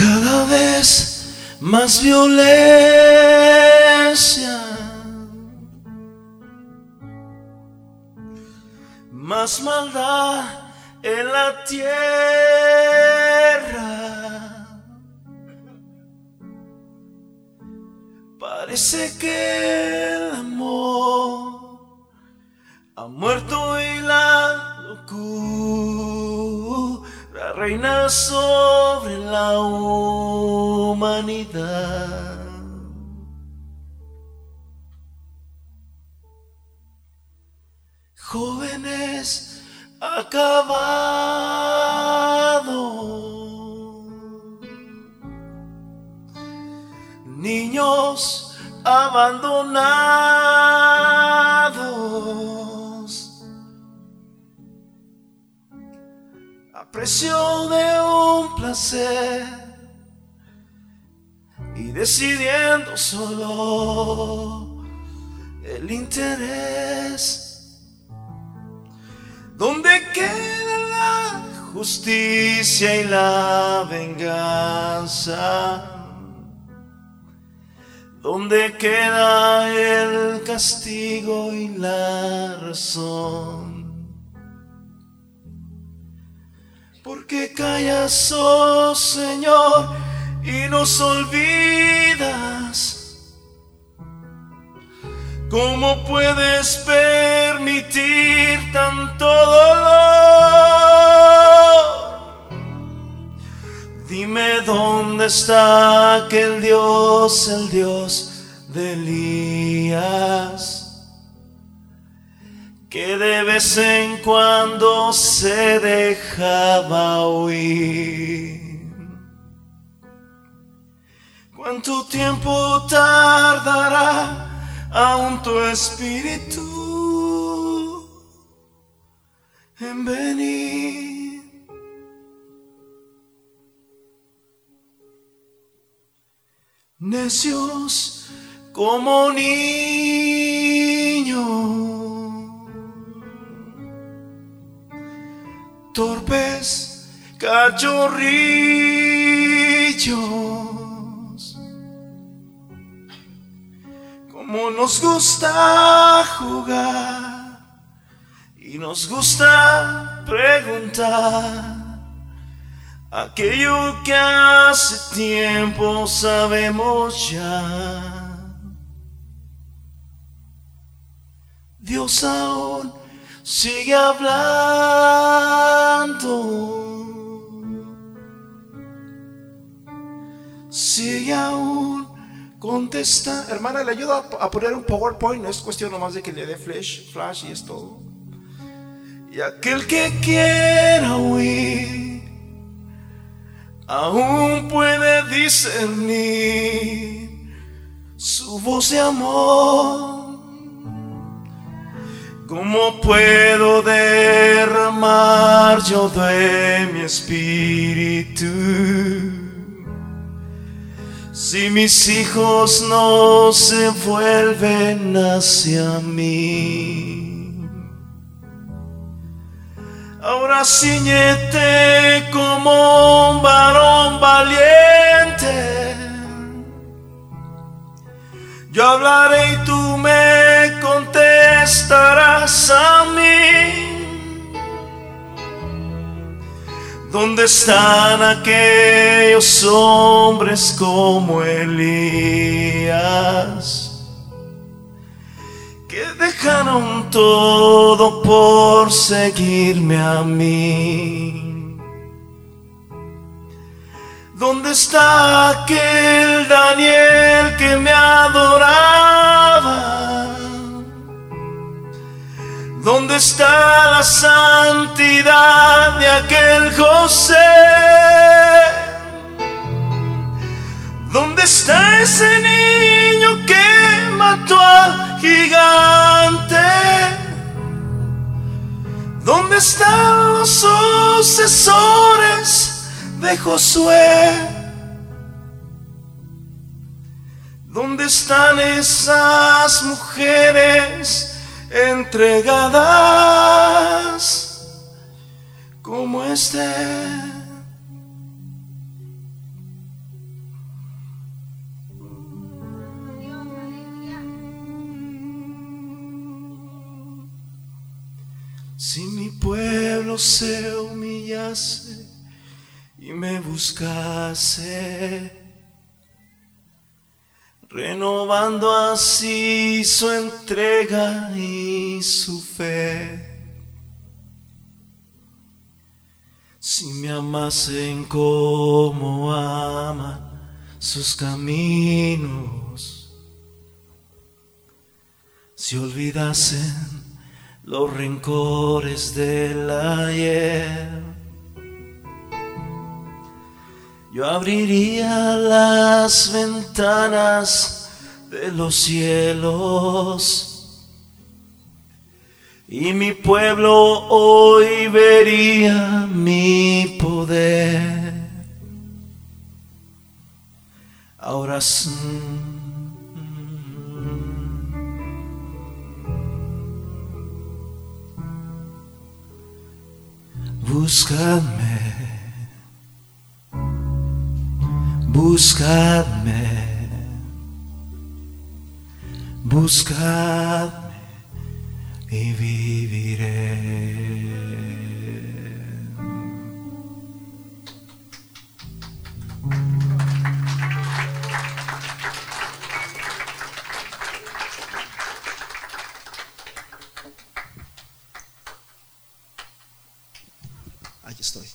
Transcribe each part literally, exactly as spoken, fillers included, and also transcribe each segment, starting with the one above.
Cada vez más violencia, más maldad en la tierra. Parece que el amor ha muerto y la locura reina sobre la humanidad. Jóvenes acabados, niños abandonados, a precio de un placer y decidiendo solo el interés. ¿Dónde queda la justicia y la venganza? ¿Dónde queda el castigo y la razón? ¿Por qué callas, oh Señor, y nos olvidas? ¿Cómo puedes permitir tanto dolor? Dime dónde está aquel Dios, el Dios de Elías, que de vez en cuando se dejaba oír. ¿Cuánto tiempo tardará aún tu espíritu en venir? Necios como niños, torpes cachorrillos. Como nos gusta jugar y nos gusta preguntar aquello que hace tiempo sabemos ya. Dios aún sigue hablando, sigue aún contesta. Hermana, le ayudo a poner un PowerPoint. No es cuestión nomás de que le dé flash, flash y es todo. Y aquel que quiera huir aún puede discernir su voz de amor. ¿Cómo puedo derramar yo de mi espíritu si mis hijos no se vuelven hacia mí? Ahora ciñete como un varón valiente. Yo hablaré y tú me contestarás a mí. ¿Dónde están aquellos hombres como Elías que dejaron todo por seguirme a mí? ¿Dónde está aquel Daniel que me adoraba? ¿Dónde está la santidad de aquel José? ¿Dónde está ese niño que mató al gigante? ¿Dónde están los sucesores de Josué? ¿Dónde están esas mujeres entregadas como Esther? Si mi pueblo se humillase y me buscase, renovando así su entrega y su fe. Si me amasen como aman sus caminos, si olvidasen los rencores del ayer, yo abriría las ventanas de los cielos y mi pueblo hoy vería mi poder. Ahora sí, buscadme, buscadme, buscadme y viviré. Aquí estoy.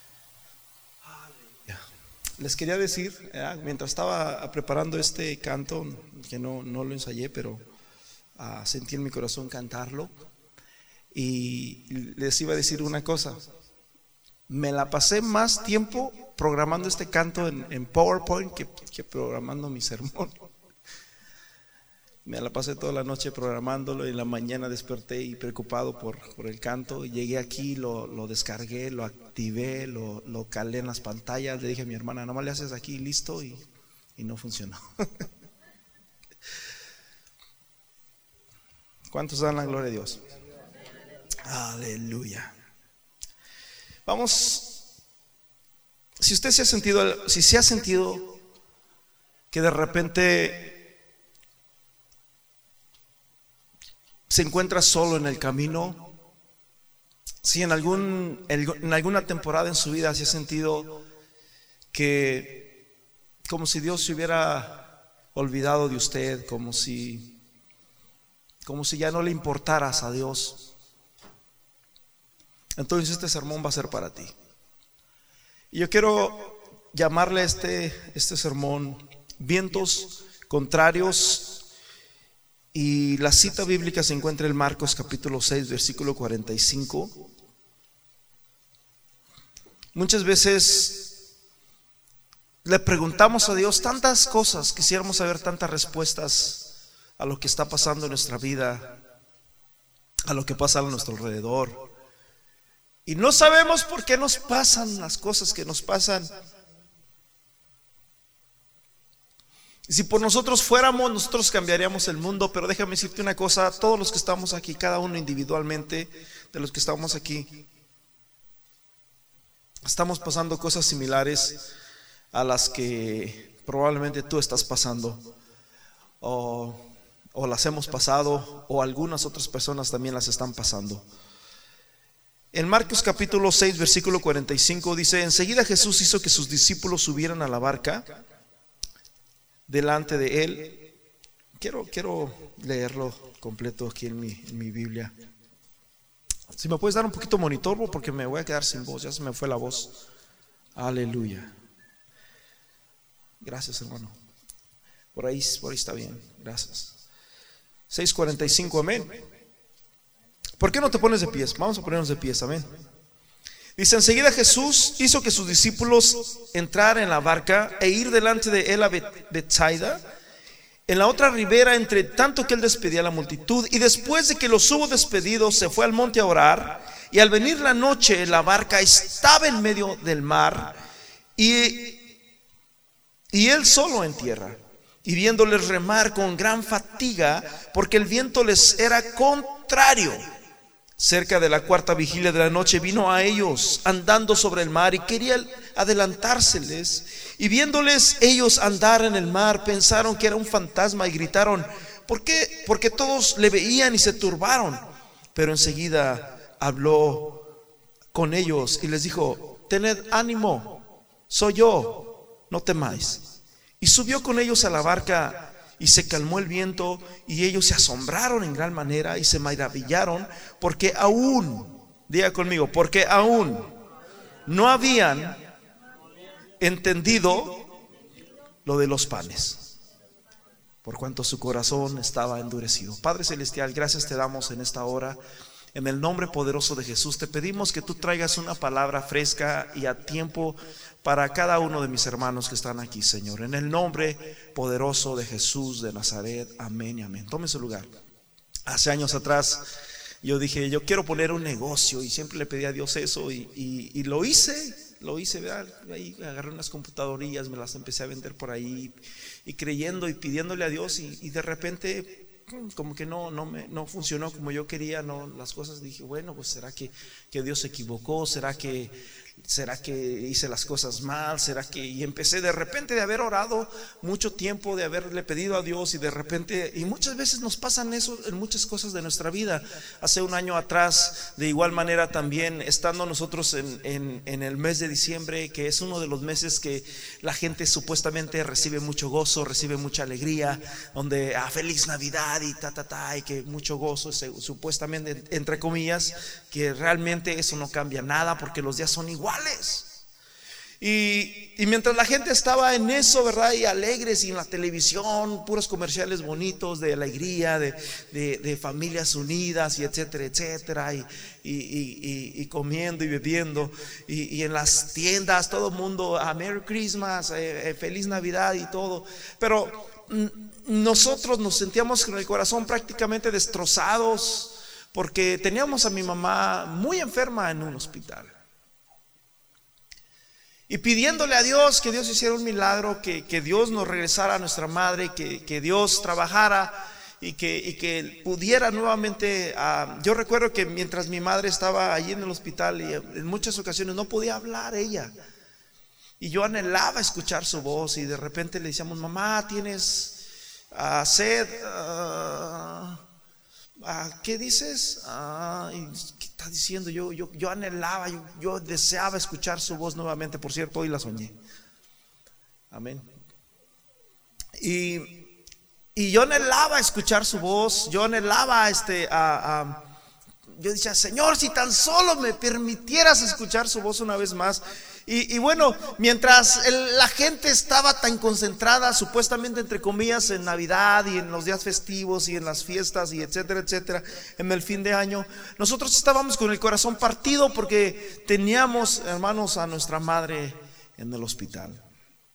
Les quería decir, eh, mientras estaba preparando este canto, que no, no lo ensayé, pero uh, sentí en mi corazón cantarlo, y les iba a decir una cosa. Me la pasé más tiempo programando este canto en, en PowerPoint que, que programando mi sermón. Me la pasé toda la noche programándolo y en la mañana desperté y preocupado por, por el canto. Llegué aquí, lo, lo descargué, lo activé, lo, lo calé en las pantallas. Le dije a mi hermana, nomás le haces aquí, listo, y, y no funcionó. ¿Cuántos dan la gloria a Dios? Aleluya. Vamos, si usted se ha sentido, si se ha sentido que de repente se encuentra solo en el camino, si en, algún, en alguna temporada en su vida se ha sentido que como si Dios se hubiera olvidado de usted, como si, como si ya no le importaras a Dios, entonces este sermón va a ser para ti. Y yo quiero llamarle este, este sermón vientos contrarios. Y la cita bíblica se encuentra en Marcos capítulo seis, versículo cuarenta y cinco. Muchas veces le preguntamos a Dios tantas cosas, quisiéramos saber tantas respuestas a lo que está pasando en nuestra vida, a lo que pasa a nuestro alrededor, y no sabemos por qué nos pasan las cosas que nos pasan. Si por nosotros fuéramos, nosotros cambiaríamos el mundo. Pero déjame decirte una cosa, todos los que estamos aquí, cada uno individualmente de los que estamos aquí, estamos pasando cosas similares a las que probablemente tú estás pasando, o, o las hemos pasado, o algunas otras personas también las están pasando. En Marcos capítulo seis, versículo cuarenta y cinco dice: enseguida Jesús hizo que sus discípulos subieran a la barca delante de él. Quiero, quiero leerlo completo aquí en mi, en mi Biblia. Si me puedes dar un poquito monitor, porque me voy a quedar sin voz, ya se me fue la voz. Aleluya. Gracias, hermano. Por ahí, por ahí está bien, gracias. seis cuarenta y cinco, amén. ¿Por qué no te pones de pies? Vamos a ponernos de pies, amén. Dice: enseguida Jesús hizo que sus discípulos entraran en la barca e ir delante de él a Betsaida, en la otra ribera, entre tanto que él despedía a la multitud. Y después de que los hubo despedido, se fue al monte a orar. Y al venir la noche, la barca estaba en medio del mar, y, y él solo en tierra. Y viéndoles remar con gran fatiga, porque el viento les era contrario, cerca de la cuarta vigilia de la noche vino a ellos andando sobre el mar y quería adelantárseles. Y viéndoles ellos andar en el mar, pensaron que era un fantasma y gritaron: ¿por qué? Porque todos le veían y se turbaron. Pero enseguida habló con ellos y les dijo: tened ánimo, soy yo, no temáis. Y subió con ellos a la barca y se calmó el viento, y ellos se asombraron en gran manera y se maravillaron, porque aún, diga conmigo, porque aún no habían entendido lo de los panes, por cuanto su corazón estaba endurecido. Padre celestial, gracias te damos en esta hora. En el nombre poderoso de Jesús te pedimos que tú traigas una palabra fresca y a tiempo para cada uno de mis hermanos que están aquí, Señor. En el nombre poderoso de Jesús de Nazaret, amén y amén. Tome su lugar. Hace años atrás yo dije: yo quiero poner un negocio, y siempre le pedí a Dios eso, y, y, y lo hice. Lo hice, ¿verdad? Ahí agarré unas computadorías, me las empecé a vender por ahí, y creyendo y pidiéndole a Dios, y, y de repente como que no, no, me, no funcionó como yo quería, no, las cosas. Dije: bueno, pues será que, que Dios se equivocó, será que ¿Será que hice las cosas mal? ¿Será que...? Y empecé de repente de haber orado mucho tiempo, de haberle pedido a Dios, y de repente, y muchas veces nos pasan eso en muchas cosas de nuestra vida. Hace un año atrás, de igual manera también, estando nosotros en, en, en el mes de diciembre, que es uno de los meses que la gente supuestamente recibe mucho gozo, recibe mucha alegría, donde ah, feliz Navidad y ta ta ta, y que mucho gozo, supuestamente, entre comillas, que realmente eso no cambia nada, porque los días son iguales. Y, y mientras la gente estaba en eso, ¿verdad? Y alegres, y en la televisión puros comerciales bonitos de alegría, de, de, de familias unidas, y etcétera, etcétera, y, y, y, y comiendo y bebiendo, y, y en las tiendas todo el mundo, ah, Merry Christmas, eh, eh, feliz Navidad y todo. Pero mm, nosotros nos sentíamos con el corazón prácticamente destrozados, porque teníamos a mi mamá muy enferma en un hospital, y pidiéndole a Dios que Dios hiciera un milagro, que, que Dios nos regresara a nuestra madre, que, que Dios trabajara, y que, y que pudiera nuevamente. Uh, yo recuerdo que mientras mi madre estaba allí en el hospital, y en muchas ocasiones no podía hablar ella, y yo anhelaba escuchar su voz, y de repente le decíamos: mamá, ¿tienes uh, sed? Uh, uh, ¿Qué dices? Uh, y, ¿Qué está diciendo? Yo, yo, yo anhelaba, yo, yo deseaba escuchar su voz nuevamente. Por cierto, hoy la soñé. Amén. Y, y yo anhelaba escuchar su voz. Yo anhelaba este, uh, uh, yo decía: Señor, si tan solo me permitieras escuchar su voz una vez más. Y, y bueno, mientras el, la gente estaba tan concentrada, supuestamente entre comillas, en Navidad y en los días festivos y en las fiestas y etcétera, etcétera, en el fin de año, nosotros estábamos con el corazón partido, porque teníamos, hermanos, a nuestra madre en el hospital.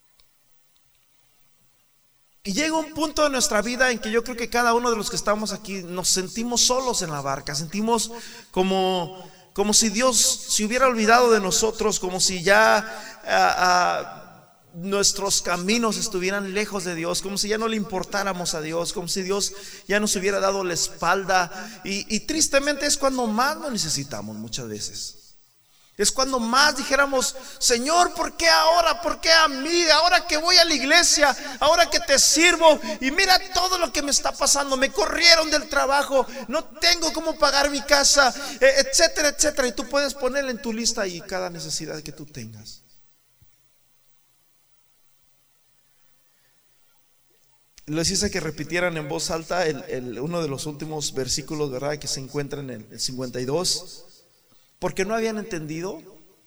Y llega un punto de nuestra vida en que yo creo que cada uno de los que estamos aquí nos sentimos solos en la barca, sentimos como... como si Dios se hubiera olvidado de nosotros, como si ya uh, uh, nuestros caminos estuvieran lejos de Dios, como si ya no le importáramos a Dios, como si Dios ya nos hubiera dado la espalda. Y, y tristemente es cuando más lo necesitamos muchas veces. Es cuando más dijéramos: Señor, ¿por qué ahora? ¿Por qué a mí? Ahora que voy a la iglesia, ahora que te sirvo, y mira todo lo que me está pasando. Me corrieron del trabajo, no tengo cómo pagar mi casa, etcétera, etcétera. Y tú puedes ponerle en tu lista ahí cada necesidad que tú tengas. Les hice que repitieran en voz alta el, el, uno de los últimos versículos, ¿verdad?, que se encuentra en el, el cincuenta y dos. Porque no habían entendido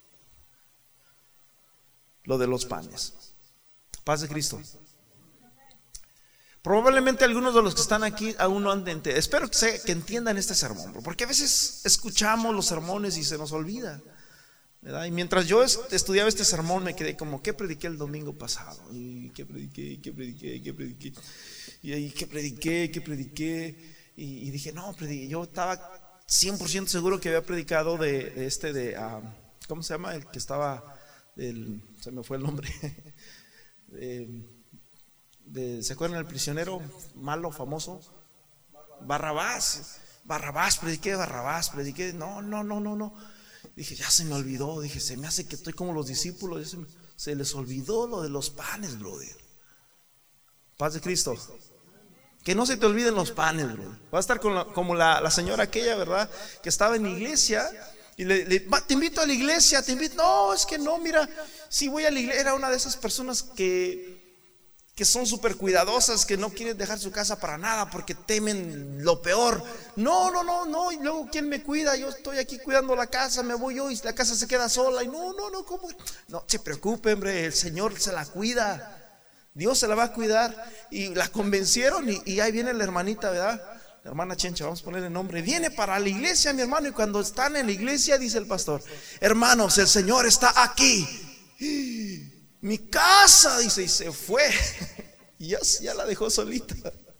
lo de los panes. Paz de Cristo. Probablemente algunos de los que están aquí aún no han entendido. Espero que, se, que entiendan este sermón, porque a veces escuchamos los sermones y se nos olvida, ¿verdad? Y mientras yo estudiaba este sermón me quedé como: ¿qué prediqué el domingo pasado? ¿Y qué prediqué? ¿Qué prediqué? ¿Qué prediqué? Y ahí, ¿qué prediqué? ¿Qué prediqué? Y, y dije: no, prediqué. Yo estaba cien por ciento seguro que había predicado de, de este de uh, ¿cómo se llama? El que estaba del, se me fue el nombre de, de, ¿se acuerdan del prisionero malo famoso? Barrabás. Barrabás, prediqué Barrabás, prediqué, no, no, no, no, no. Dije: ya se me olvidó. Dije: se me hace que estoy como los discípulos, ya se, me, se les olvidó lo de los panes, brother. Paz de Cristo. Que no se te olviden los panes, bro. Va a estar con la, como la, la señora aquella, ¿verdad? Que estaba en la iglesia y le, le va, te invito a la iglesia, te invito. No, es que no, mira, si voy a la iglesia. Era una de esas personas que que son súper cuidadosas, que no quieren dejar su casa para nada porque temen lo peor. No, no, no, no. Y luego, ¿quién me cuida? Yo estoy aquí cuidando la casa, me voy yo y la casa se queda sola. Y no, no, no, ¿cómo? No se preocupe, hombre, el Señor se la cuida. Dios se la va a cuidar. Y la convencieron y, y ahí viene la hermanita, ¿verdad? La hermana Chencha, vamos a ponerle nombre. Viene para la iglesia, mi hermano, y cuando están en la iglesia dice el pastor: hermanos, el Señor está aquí. Mi casa, dice, y se fue. Y ya, ya la dejó solita.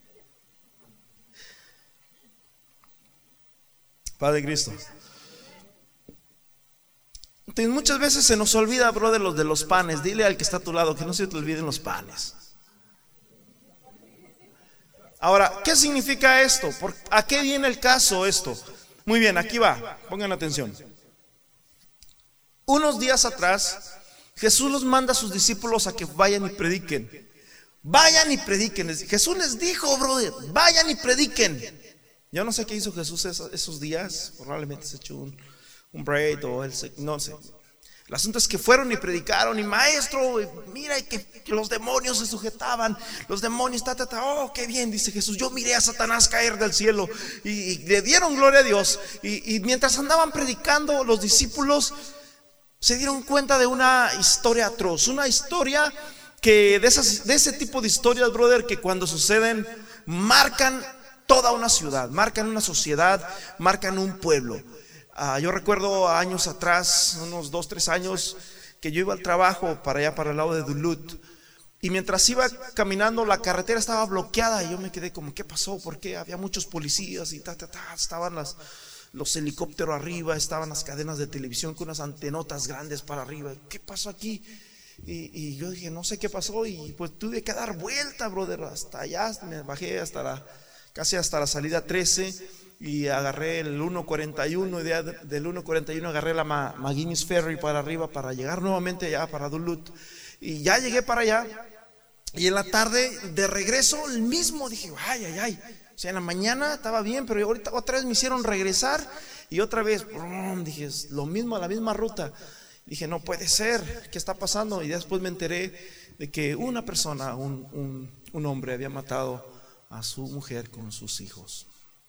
Padre Cristo. Entonces, muchas veces se nos olvida, brother, los de los panes. Dile al que está a tu lado que no se te olviden los panes. Ahora, ¿qué significa esto? ¿Por, ¿A qué viene el caso esto? Muy bien, aquí va, pongan atención. Unos días atrás, Jesús los manda a sus discípulos a que vayan y prediquen. Vayan y prediquen. Jesús les dijo, brother, vayan y prediquen. Yo no sé qué hizo Jesús esos, esos días. Probablemente se echó un, un break o él se, no sé. El asunto es que fueron y predicaron. Y maestro, mira que, que los demonios se sujetaban. Los demonios, ta, ta, ta. Oh, qué bien, dice Jesús. Yo miré a Satanás caer del cielo. Y, y le dieron gloria a Dios. Y, y mientras andaban predicando, los discípulos se dieron cuenta de una historia atroz. Una historia que de, esas, de ese tipo de historias, brother, que cuando suceden marcan toda una ciudad, marcan una sociedad, marcan un pueblo. uh, Yo recuerdo años atrás, unos dos, tres años, que yo iba al trabajo para allá, para el lado de Duluth. Y mientras iba caminando, la carretera estaba bloqueada. Y yo me quedé como, ¿qué pasó? ¿Por qué? Había muchos policías y ta, ta, ta. Estaban las... los helicópteros arriba, estaban las cadenas de televisión con unas antenotas grandes para arriba. ¿Qué pasó aquí? Y, y yo dije, no sé qué pasó. Y pues tuve que dar vuelta, brother, hasta allá. Me bajé hasta la, casi hasta la salida trece. Y agarré el uno cuarenta y uno. Y de, del uno cuarenta y uno agarré la McGuinness Ferry para arriba, para llegar nuevamente allá para Duluth. Y ya llegué para allá. Y en la tarde, de regreso, el mismo, dije, ay, ay, ay. O sea, en la mañana estaba bien, pero ahorita otra vez me hicieron regresar. Y otra vez, brum, dije, es lo mismo, la misma ruta. Dije, no puede ser, ¿qué está pasando? Y después me enteré de que una persona, un, un, un hombre había matado a su mujer con sus hijos.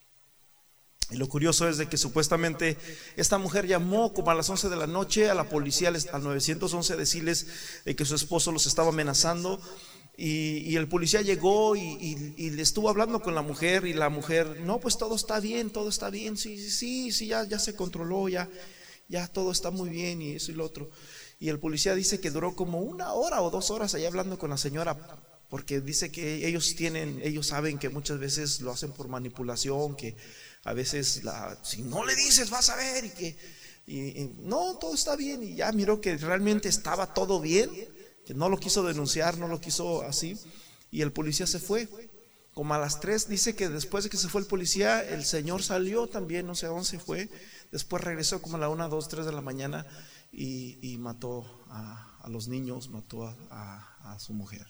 Y lo curioso es de que supuestamente esta mujer llamó como a las once de la noche a la policía, al nueve once, a decirles de que su esposo los estaba amenazando. Y, y el policía llegó y, y, y le estuvo hablando con la mujer. Y la mujer, no, pues todo está bien, todo está bien. Sí, sí, sí, sí, ya, ya se controló, ya, ya todo está muy bien y eso y lo otro. Y el policía dice que duró como una hora o dos horas allá hablando con la señora, porque dice que ellos tienen, ellos saben que muchas veces lo hacen por manipulación, que a veces la, si no le dices vas a ver y que y, y, no, todo está bien. Y ya miró que realmente estaba todo bien, que no lo quiso denunciar, no lo quiso así. Y el policía se fue. Como a las tres, dice que después de que se fue el policía, el señor salió también, no sé a dónde se fue. Después regresó como a la una, dos, tres de la mañana y, y mató a, a los niños, mató a, a, a su mujer.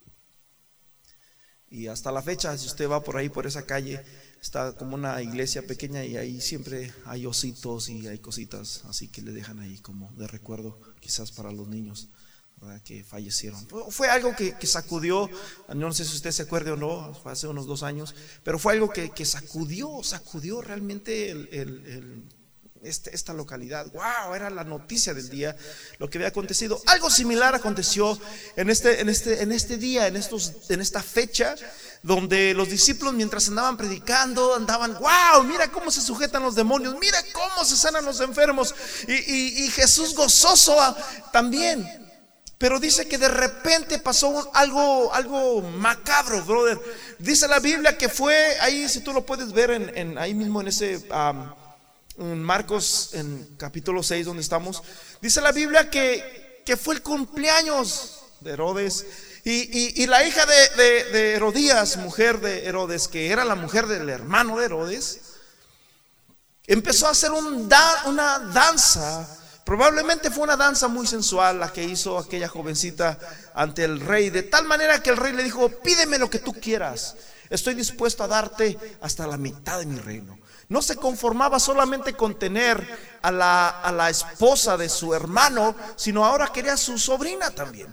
Y hasta la fecha, si usted va por ahí, por esa calle, está como una iglesia pequeña y ahí siempre hay ositos y hay cositas así que le dejan ahí como de recuerdo, quizás para los niños, ¿verdad?, que fallecieron. Fue algo que, que sacudió, no sé si usted se acuerde o no, fue hace unos dos años, pero fue algo que, que sacudió, sacudió realmente el, el, el, este, esta localidad. Wow, era la noticia del día lo que había acontecido. Algo similar aconteció en este, en este, en este día, en, estos, en esta fecha, donde los discípulos, mientras andaban predicando, andaban, wow, mira cómo se sujetan los demonios, mira cómo se sanan los enfermos. Y, y, y Jesús gozoso también. Pero dice que de repente pasó algo, algo macabro, brother. Dice la Biblia que fue ahí, si tú lo puedes ver en, en, ahí mismo en ese um, en Marcos, en capítulo seis, donde estamos. Dice la Biblia que, que fue el cumpleaños de Herodes. Y, y, y la hija de, de, de Herodías, mujer de Herodes, que era la mujer del hermano de Herodes, empezó a hacer un da, una danza. Probablemente fue una danza muy sensual la que hizo aquella jovencita ante el rey, de tal manera que el rey le dijo, pídeme lo que tú quieras. Estoy dispuesto a darte hasta la mitad de mi reino. No se conformaba solamente con tener a la, a la esposa de su hermano, sino ahora quería a su sobrina también.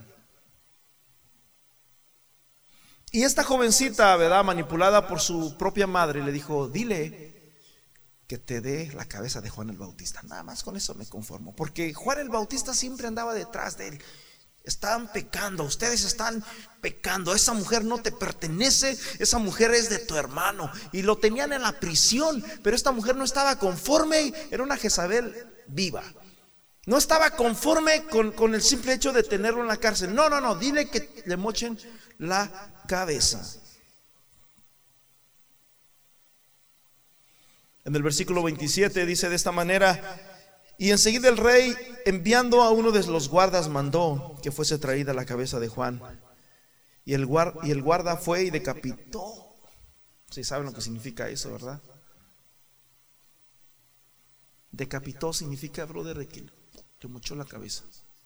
Y esta jovencita, ¿verdad?, manipulada por su propia madre, le dijo: dile que te dé la cabeza de Juan el Bautista. Nada más con eso me conformo, porque Juan el Bautista siempre andaba detrás de él. Estaban pecando, ustedes están pecando. Esa mujer no te pertenece, esa mujer es de tu hermano. Y lo tenían en la prisión, pero esta mujer no estaba conforme. Era una Jezabel viva. No estaba conforme con, con el simple hecho de tenerlo en la cárcel. No, no, no, dile que le mochen la cabeza. En el versículo veintisiete dice de esta manera: y enseguida el rey, enviando a uno de los guardas, mandó que fuese traída la cabeza de Juan. Y el, guarda, y el guarda fue y decapitó. Sí, saben lo que significa eso, ¿verdad? Decapitó significa, brother, que te mochó la cabeza.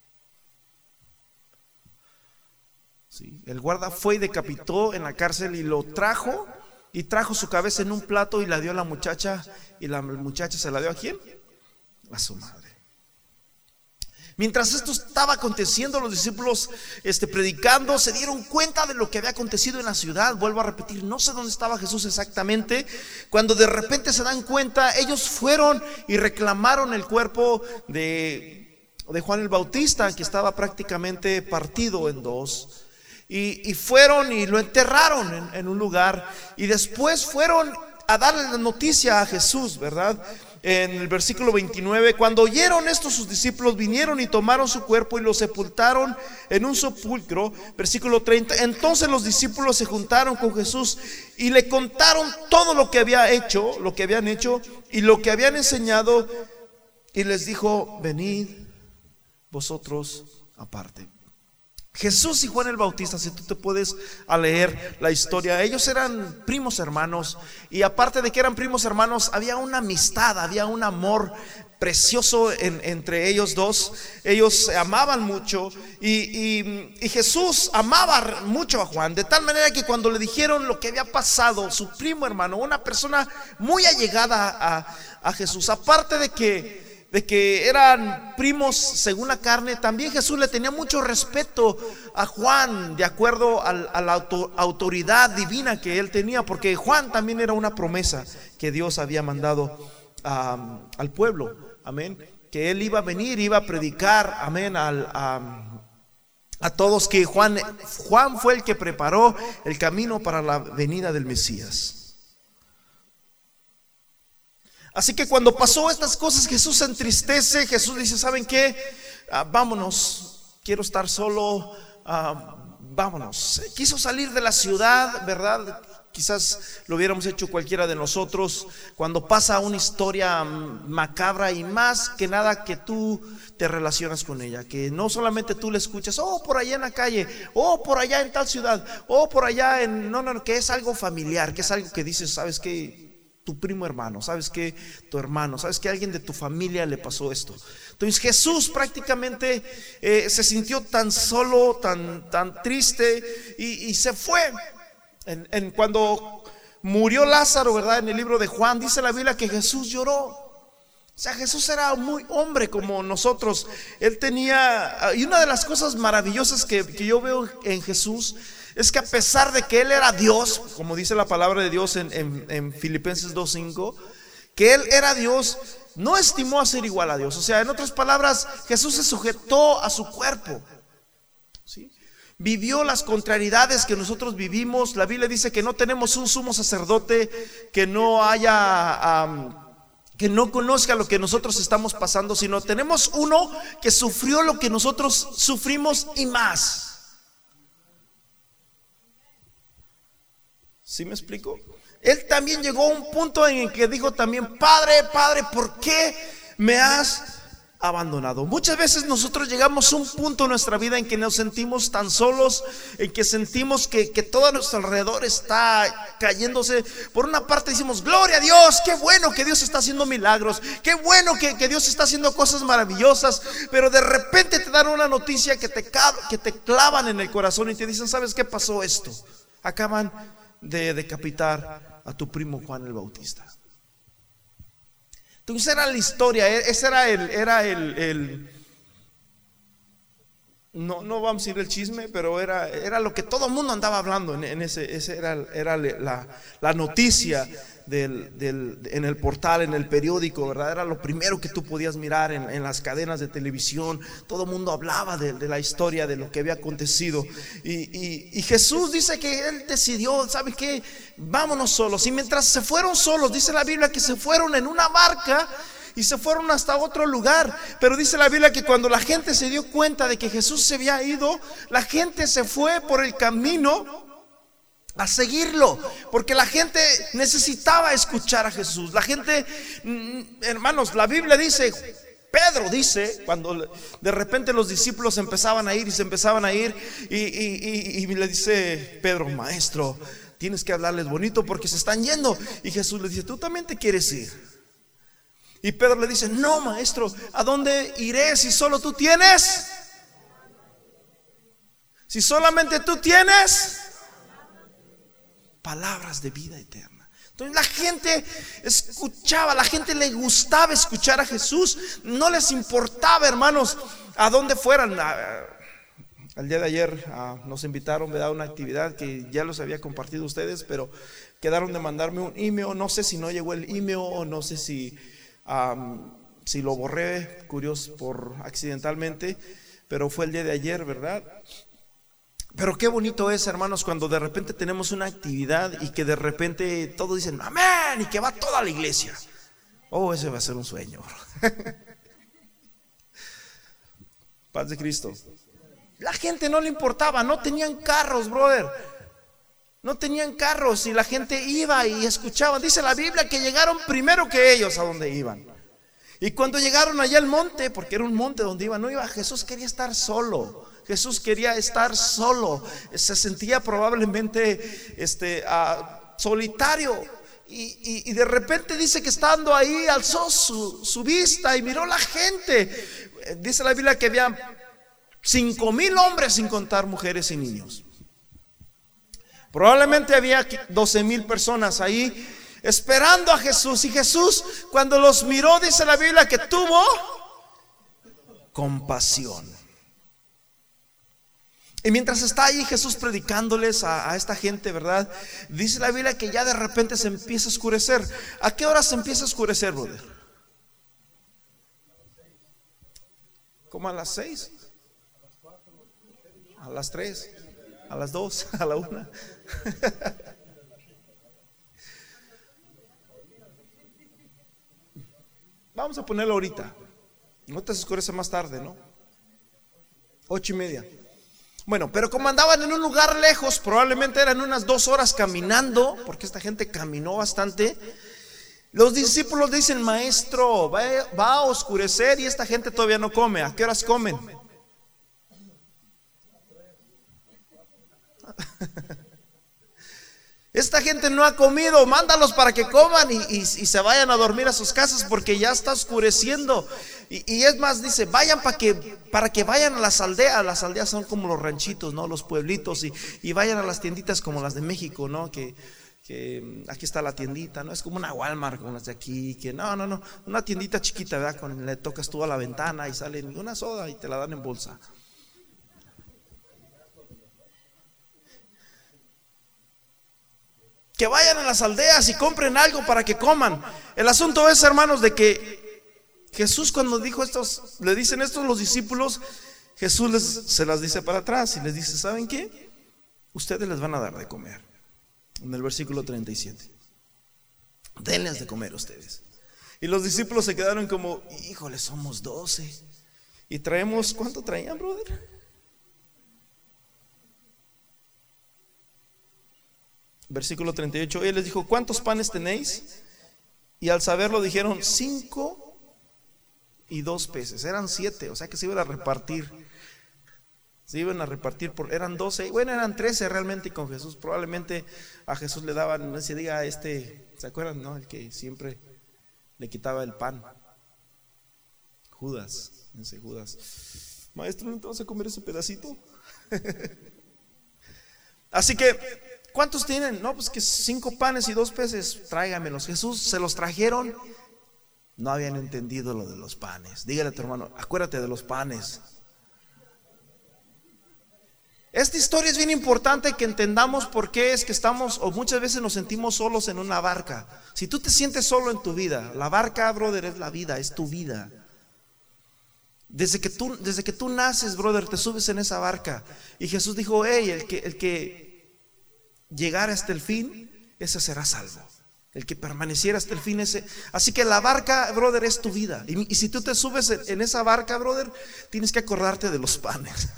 Sí, el guarda fue y decapitó en la cárcel y lo trajo. Y trajo su cabeza en un plato y la dio a la muchacha. Y la muchacha se la dio ¿a quién? A su madre. Mientras esto estaba aconteciendo, los discípulos este, predicando, se dieron cuenta de lo que había acontecido en la ciudad. Vuelvo a repetir, no sé dónde estaba Jesús exactamente. Cuando de repente se dan cuenta, ellos fueron y reclamaron el cuerpo de, de Juan el Bautista, que estaba prácticamente partido en dos. Y, y fueron y lo enterraron en, en un lugar. Y después fueron a darle la noticia a Jesús, ¿verdad? En el versículo veintinueve: cuando oyeron esto, sus discípulos vinieron y tomaron su cuerpo y lo sepultaron en un sepulcro. Versículo treinta: entonces los discípulos se juntaron con Jesús y le contaron todo lo que había hecho, lo que habían hecho y lo que habían enseñado, y les dijo: venid vosotros aparte. Jesús y Juan el Bautista, si tú te puedes a leer la historia, ellos eran primos hermanos. Y aparte de que eran primos hermanos, había una amistad, había un amor precioso en, entre ellos dos. Ellos se amaban mucho. Y, y, y Jesús amaba mucho a Juan, de tal manera que cuando le dijeron lo que había pasado, su primo hermano, una persona muy allegada a, a Jesús, aparte de que de que eran primos según la carne, también Jesús le tenía mucho respeto a Juan, de acuerdo al, a la auto, autoridad divina que él tenía, porque Juan también era una promesa que Dios había mandado um, al pueblo, amén, que él iba a venir, iba a predicar, amén, al, a, a todos, que Juan, Juan fue el que preparó el camino para la venida del Mesías. Así que cuando pasó estas cosas, Jesús se entristece. Jesús dice: ¿saben qué? Ah, vámonos, quiero estar solo, ah, vámonos. Quiso salir de la ciudad, ¿verdad? Quizás lo hubiéramos hecho cualquiera de nosotros cuando pasa una historia macabra, y más que nada que tú te relacionas con ella, que no solamente tú la escuchas, oh, por allá en la calle, oh, por allá en tal ciudad, oh, por allá en... No, no, que es algo familiar, que es algo que dices, ¿sabes qué? Tu primo hermano, sabes que tu hermano, sabes que a alguien de tu familia le pasó esto. Entonces Jesús prácticamente eh, se sintió tan solo, tan, tan triste, y, y se fue. En, en cuando murió Lázaro, ¿verdad? En el libro de Juan dice la Biblia que Jesús lloró. O sea, Jesús era muy hombre como nosotros. Él tenía, y una de las cosas maravillosas que, que yo veo en Jesús es que a pesar de que Él era Dios, como dice la palabra de Dios en, en, en Filipenses dos cinco, que Él era Dios, no estimó a ser igual a Dios. O sea, en otras palabras, Jesús se sujetó a su cuerpo, ¿sí? Vivió las contrariedades que nosotros vivimos. La Biblia dice que no tenemos un sumo sacerdote que no haya... Um, que no conozca lo que nosotros estamos pasando, sino tenemos uno que sufrió lo que nosotros sufrimos y más. ¿Sí me explico? Él también llegó a un punto en el que dijo también: Padre, Padre, ¿por qué me has abandonado? Muchas veces nosotros llegamos a un punto en nuestra vida en que nos sentimos tan solos, en que sentimos que, que todo a nuestro alrededor está cayéndose. Por una parte decimos: gloria a Dios, qué bueno que Dios está haciendo milagros, qué bueno que, que Dios está haciendo cosas maravillosas. Pero de repente te dan una noticia que te, que te clavan en el corazón y te dicen: ¿sabes qué? Pasó esto. Acaban de decapitar a tu primo Juan el Bautista. Entonces era la historia, ese era el, era el, el no, no vamos a ir el chisme, pero era, era lo que todo el mundo andaba hablando en, en ese, ese era, era la, la noticia del, del, en el portal, en el periódico, ¿verdad? Era lo primero que tú podías mirar en, en las cadenas de televisión. Todo el mundo hablaba de, de la historia, de lo que había acontecido. Y, y, y Jesús dice que Él decidió, ¿sabe qué? Vámonos solos. Y mientras se fueron solos, dice la Biblia que se fueron en una barca y se fueron hasta otro lugar. Pero dice la Biblia que cuando la gente se dio cuenta de que Jesús se había ido, la gente se fue por el camino a seguirlo, porque la gente necesitaba escuchar a Jesús. La gente, hermanos, la Biblia dice, Pedro dice, cuando de repente los discípulos empezaban a ir y se empezaban a ir y, y, y, y le dice Pedro: maestro, tienes que hablarles bonito porque se están yendo. Y Jesús le dice: ¿tú también te quieres ir? Y Pedro le dice: no, maestro, ¿a dónde iré si solo tú tienes? Si solamente tú tienes palabras de vida eterna. Entonces la gente escuchaba, la gente le gustaba escuchar a Jesús. No les importaba, hermanos, a dónde fueran. El día de ayer uh, nos invitaron a una actividad que ya los había compartido a ustedes, pero quedaron de mandarme un email. No sé si no llegó el email o no sé si um, si lo borré, curioso, por accidentalmente, pero fue el día de ayer, ¿verdad? Pero qué bonito es, hermanos, cuando de repente tenemos una actividad y que de repente todos dicen amén y que va toda la iglesia. Oh, ese va a ser un sueño. Paz de Cristo. La gente no le importaba, no tenían carros, brother. No tenían carros y la gente iba y escuchaba. Dice la Biblia que llegaron primero que ellos a donde iban. Y cuando llegaron allá al monte, porque era un monte donde iban, no iba, Jesús quería estar solo. Jesús quería estar solo. Se sentía probablemente este, uh, solitario. Y, y, y de repente dice que estando ahí alzó su, su vista y miró la gente. Dice la Biblia que había cinco mil hombres, sin contar mujeres y niños. Probablemente había doce mil personas ahí esperando a Jesús. Y Jesús, cuando los miró, dice la Biblia que tuvo compasión. Y mientras está ahí Jesús predicándoles a, a esta gente, ¿verdad? Dice la Biblia que ya de repente se empieza a oscurecer. ¿A qué hora se empieza a oscurecer, brother? ¿Como a las seis? ¿A las tres? ¿A las dos? ¿A la una? Vamos a ponerlo ahorita. No te oscurece más tarde, ¿no? Ocho y media. Bueno, pero como andaban en un lugar lejos, probablemente eran unas dos horas caminando, porque esta gente caminó bastante. Los discípulos dicen: maestro, va, va a oscurecer y esta gente todavía no come. ¿A qué horas comen? Esta gente no ha comido, mándalos para que coman y, y, y se vayan a dormir a sus casas porque ya está oscureciendo. Y, y es más, dice, vayan para que, para que vayan a las aldeas. Las aldeas son como los ranchitos, ¿no? Los pueblitos. Y, y vayan a las tienditas como las de México, ¿no? Que, que aquí está la tiendita, ¿no? Es como una Walmart como las de aquí. Que no, no, no, una tiendita chiquita, ¿verdad? Con, le tocas tú a la ventana y sale una soda y te la dan en bolsa. Que vayan a las aldeas y compren algo para que coman. El asunto es, hermanos, de que Jesús, cuando dijo estos, le dicen estos los discípulos, Jesús les, se las dice para atrás y les dice: ¿saben qué? Ustedes les van a dar de comer. En el versículo treinta y siete, denles de comer ustedes. Y los discípulos se quedaron como: híjole, somos doce y traemos, ¿cuánto traían, brother? Versículo treinta y ocho. Él les dijo: ¿cuántos panes tenéis? Y al saberlo dijeron: cinco y dos peces. Eran siete, o sea que se iban a repartir. Se iban a repartir por, eran doce, bueno, eran trece realmente con Jesús. Probablemente a Jesús le daban ese día este, ¿se acuerdan, no? El que siempre le quitaba el pan. Judas, ese Judas. Maestro, ¿no te vas a comer ese pedacito? Así que ¿cuántos tienen? No, pues que cinco panes y dos peces, tráigamelos. Jesús se los trajeron. No habían entendido lo de los panes. Dígale a tu hermano, acuérdate de los panes. Esta historia es bien importante que entendamos por qué es que estamos, o muchas veces nos sentimos solos en una barca. Si tú te sientes solo en tu vida, la barca, brother, es la vida, es tu vida. Desde que tú, desde que tú naces, brother, te subes en esa barca. Y Jesús dijo, hey, el que, el que llegara hasta el fin, ese será salvo. El que permaneciera hasta el fin, ese. Así que la barca, brother, es tu vida. Y, y si tú te subes en, en esa barca, brother, tienes que acordarte de los panes.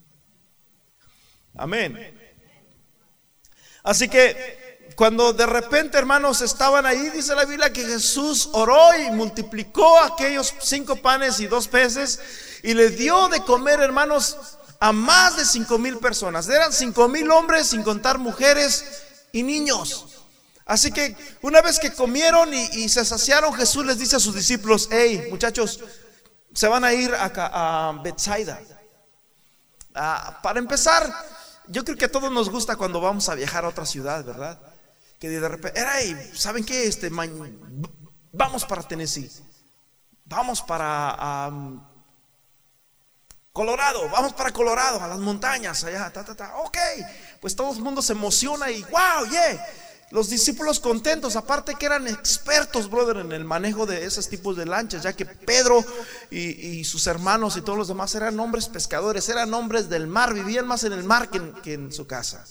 Amén. Así que cuando de repente, hermanos, estaban ahí, dice la Biblia que Jesús oró y multiplicó aquellos cinco panes y dos peces y le dio de comer, hermanos, a más de cinco mil personas. Eran cinco mil hombres, sin contar mujeres y niños. Así que una vez que comieron y, y se saciaron, Jesús les dice a sus discípulos, hey, muchachos, se van a ir a, a Bethsaida. Ah, para empezar, yo creo que a todos nos gusta cuando vamos a viajar a otra ciudad, ¿verdad? Que de repente, hey, ¿saben qué? Este, vamos para Tennessee, vamos para um, Colorado, vamos para Colorado, a las montañas allá, ta, ta, ta. Ok, pues todo el mundo se emociona y wow, yeah. Los discípulos contentos, aparte que eran expertos, brother, en el manejo de esos tipos de lanchas, ya que Pedro y, y sus hermanos y todos los demás eran hombres pescadores, eran hombres del mar, vivían más en el mar que en, que en su casa.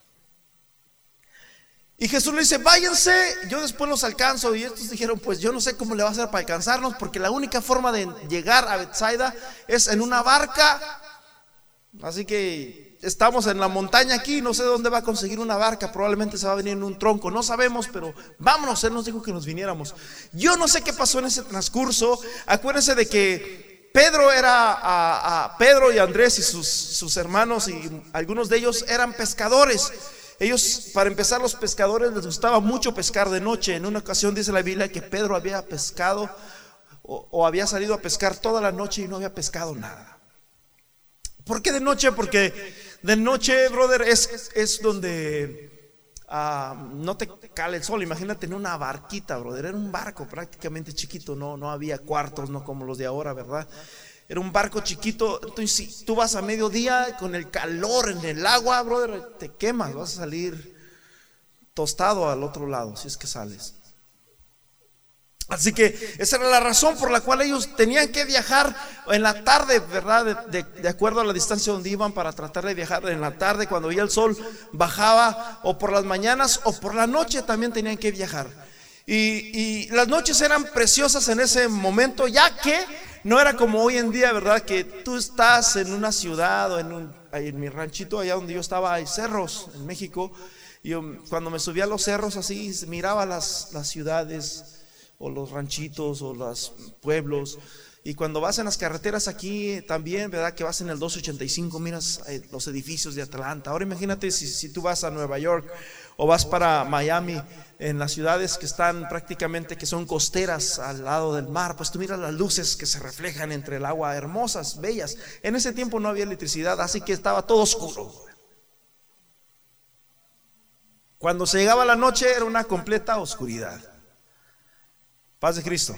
Y Jesús le dice, váyanse, yo después los alcanzo. Y estos dijeron, pues yo no sé cómo le va a hacer para alcanzarnos, porque la única forma de llegar a Bethsaida es en una barca. Así que estamos en la montaña aquí, no sé dónde va a conseguir una barca, probablemente se va a venir en un tronco, no sabemos, pero vámonos, Él nos dijo que nos viniéramos. Yo no sé qué pasó en ese transcurso. Acuérdense de que Pedro era a, a Pedro y Andrés y sus, sus hermanos, y algunos de ellos eran pescadores. Ellos, para empezar, los pescadores les gustaba mucho pescar de noche. En una ocasión dice la Biblia que Pedro había pescado o, o había salido a pescar toda la noche y no había pescado nada. ¿Por qué de noche? Porque de noche, brother, es, es donde uh, no te cala el sol. Imagínate en una barquita, brother. Era un barco prácticamente chiquito, no, no había cuartos, no como los de ahora, ¿verdad? Era un barco chiquito. Entonces si tú vas a mediodía con el calor en el agua, brother, te quemas, vas a salir tostado al otro lado, si es que sales. Así que esa era la razón por la cual ellos tenían que viajar en la tarde, ¿verdad? De, de, de acuerdo a la distancia donde iban, para tratar de viajar en la tarde cuando ya el sol bajaba, o por las mañanas o por la noche también tenían que viajar. Y, y las noches eran preciosas en ese momento, ya que no era como hoy en día, ¿verdad? Que tú estás en una ciudad o en, un, en mi ranchito, allá donde yo estaba, hay cerros en México. Y yo, cuando me subía a los cerros así, miraba las, las ciudades o los ranchitos o los pueblos. Y cuando vas en las carreteras aquí también, ¿verdad? Que vas en el doscientos ochenta y cinco, miras los edificios de Atlanta. Ahora imagínate si, si tú vas a Nueva York o vas para Miami, en las ciudades que están prácticamente, que son costeras al lado del mar, pues tú miras las luces que se reflejan entre el agua, hermosas, bellas. En ese tiempo no había electricidad, así que estaba todo oscuro. Cuando se llegaba la noche era una completa oscuridad. Paz de Cristo.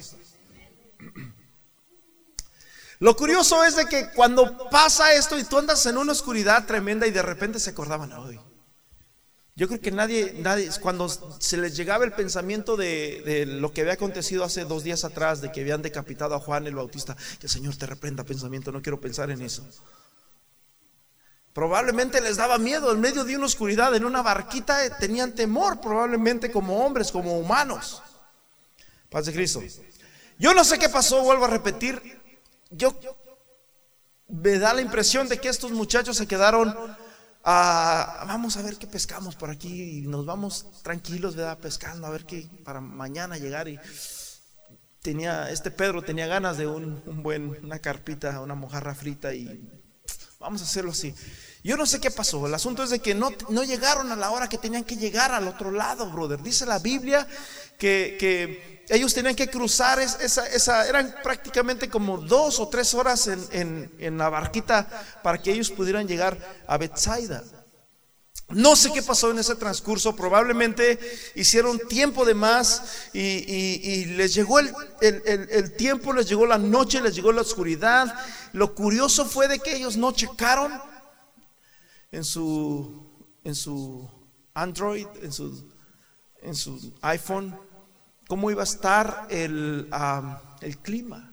Lo curioso es de que cuando pasa esto y tú andas en una oscuridad tremenda y de repente se acordaban hoy. Yo creo que nadie, nadie, cuando se les llegaba el pensamiento de, de lo que había acontecido hace dos días atrás, de que habían decapitado a Juan el Bautista, que el Señor te reprenda, pensamiento, no quiero pensar en eso. Probablemente les daba miedo en medio de una oscuridad, en una barquita, tenían temor, probablemente como hombres, como humanos. Paz de Cristo. Yo no sé qué pasó, vuelvo a repetir. Yo me da la impresión de que estos muchachos se quedaron a, vamos a ver qué pescamos por aquí, y nos vamos tranquilos, ¿verdad? Pescando, a ver qué para mañana llegar. Y tenía, este Pedro tenía ganas de un, un buen, una carpita, una mojarra frita, y vamos a hacerlo así. Yo no sé qué pasó. El asunto es de que no, no llegaron a la hora que tenían que llegar al otro lado, brother. Dice la Biblia que, que ellos tenían que cruzar esa, esa, eran prácticamente como dos o tres horas en, en, en la barquita para que ellos pudieran llegar a Bethsaida. No sé qué pasó en ese transcurso, probablemente hicieron tiempo de más y, y- y les llegó el, el- el- el tiempo, les llegó la noche, les llegó la oscuridad. Lo curioso fue de que ellos no checaron en su, en su Android, en su, en su iPhone, cómo iba a estar el, ah, el clima.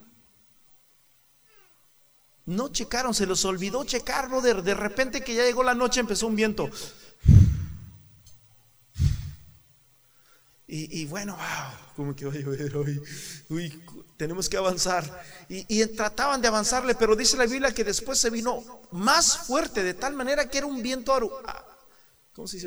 No checaron, se les olvidó checarlo. De, de repente que ya llegó la noche, empezó un viento. Y, y bueno, wow, ¿cómo que va a llover hoy? Uy, tenemos que avanzar. Y, y trataban de avanzarle, pero dice la Biblia que después se vino más fuerte, de tal manera que era un viento, ¿cómo se dice?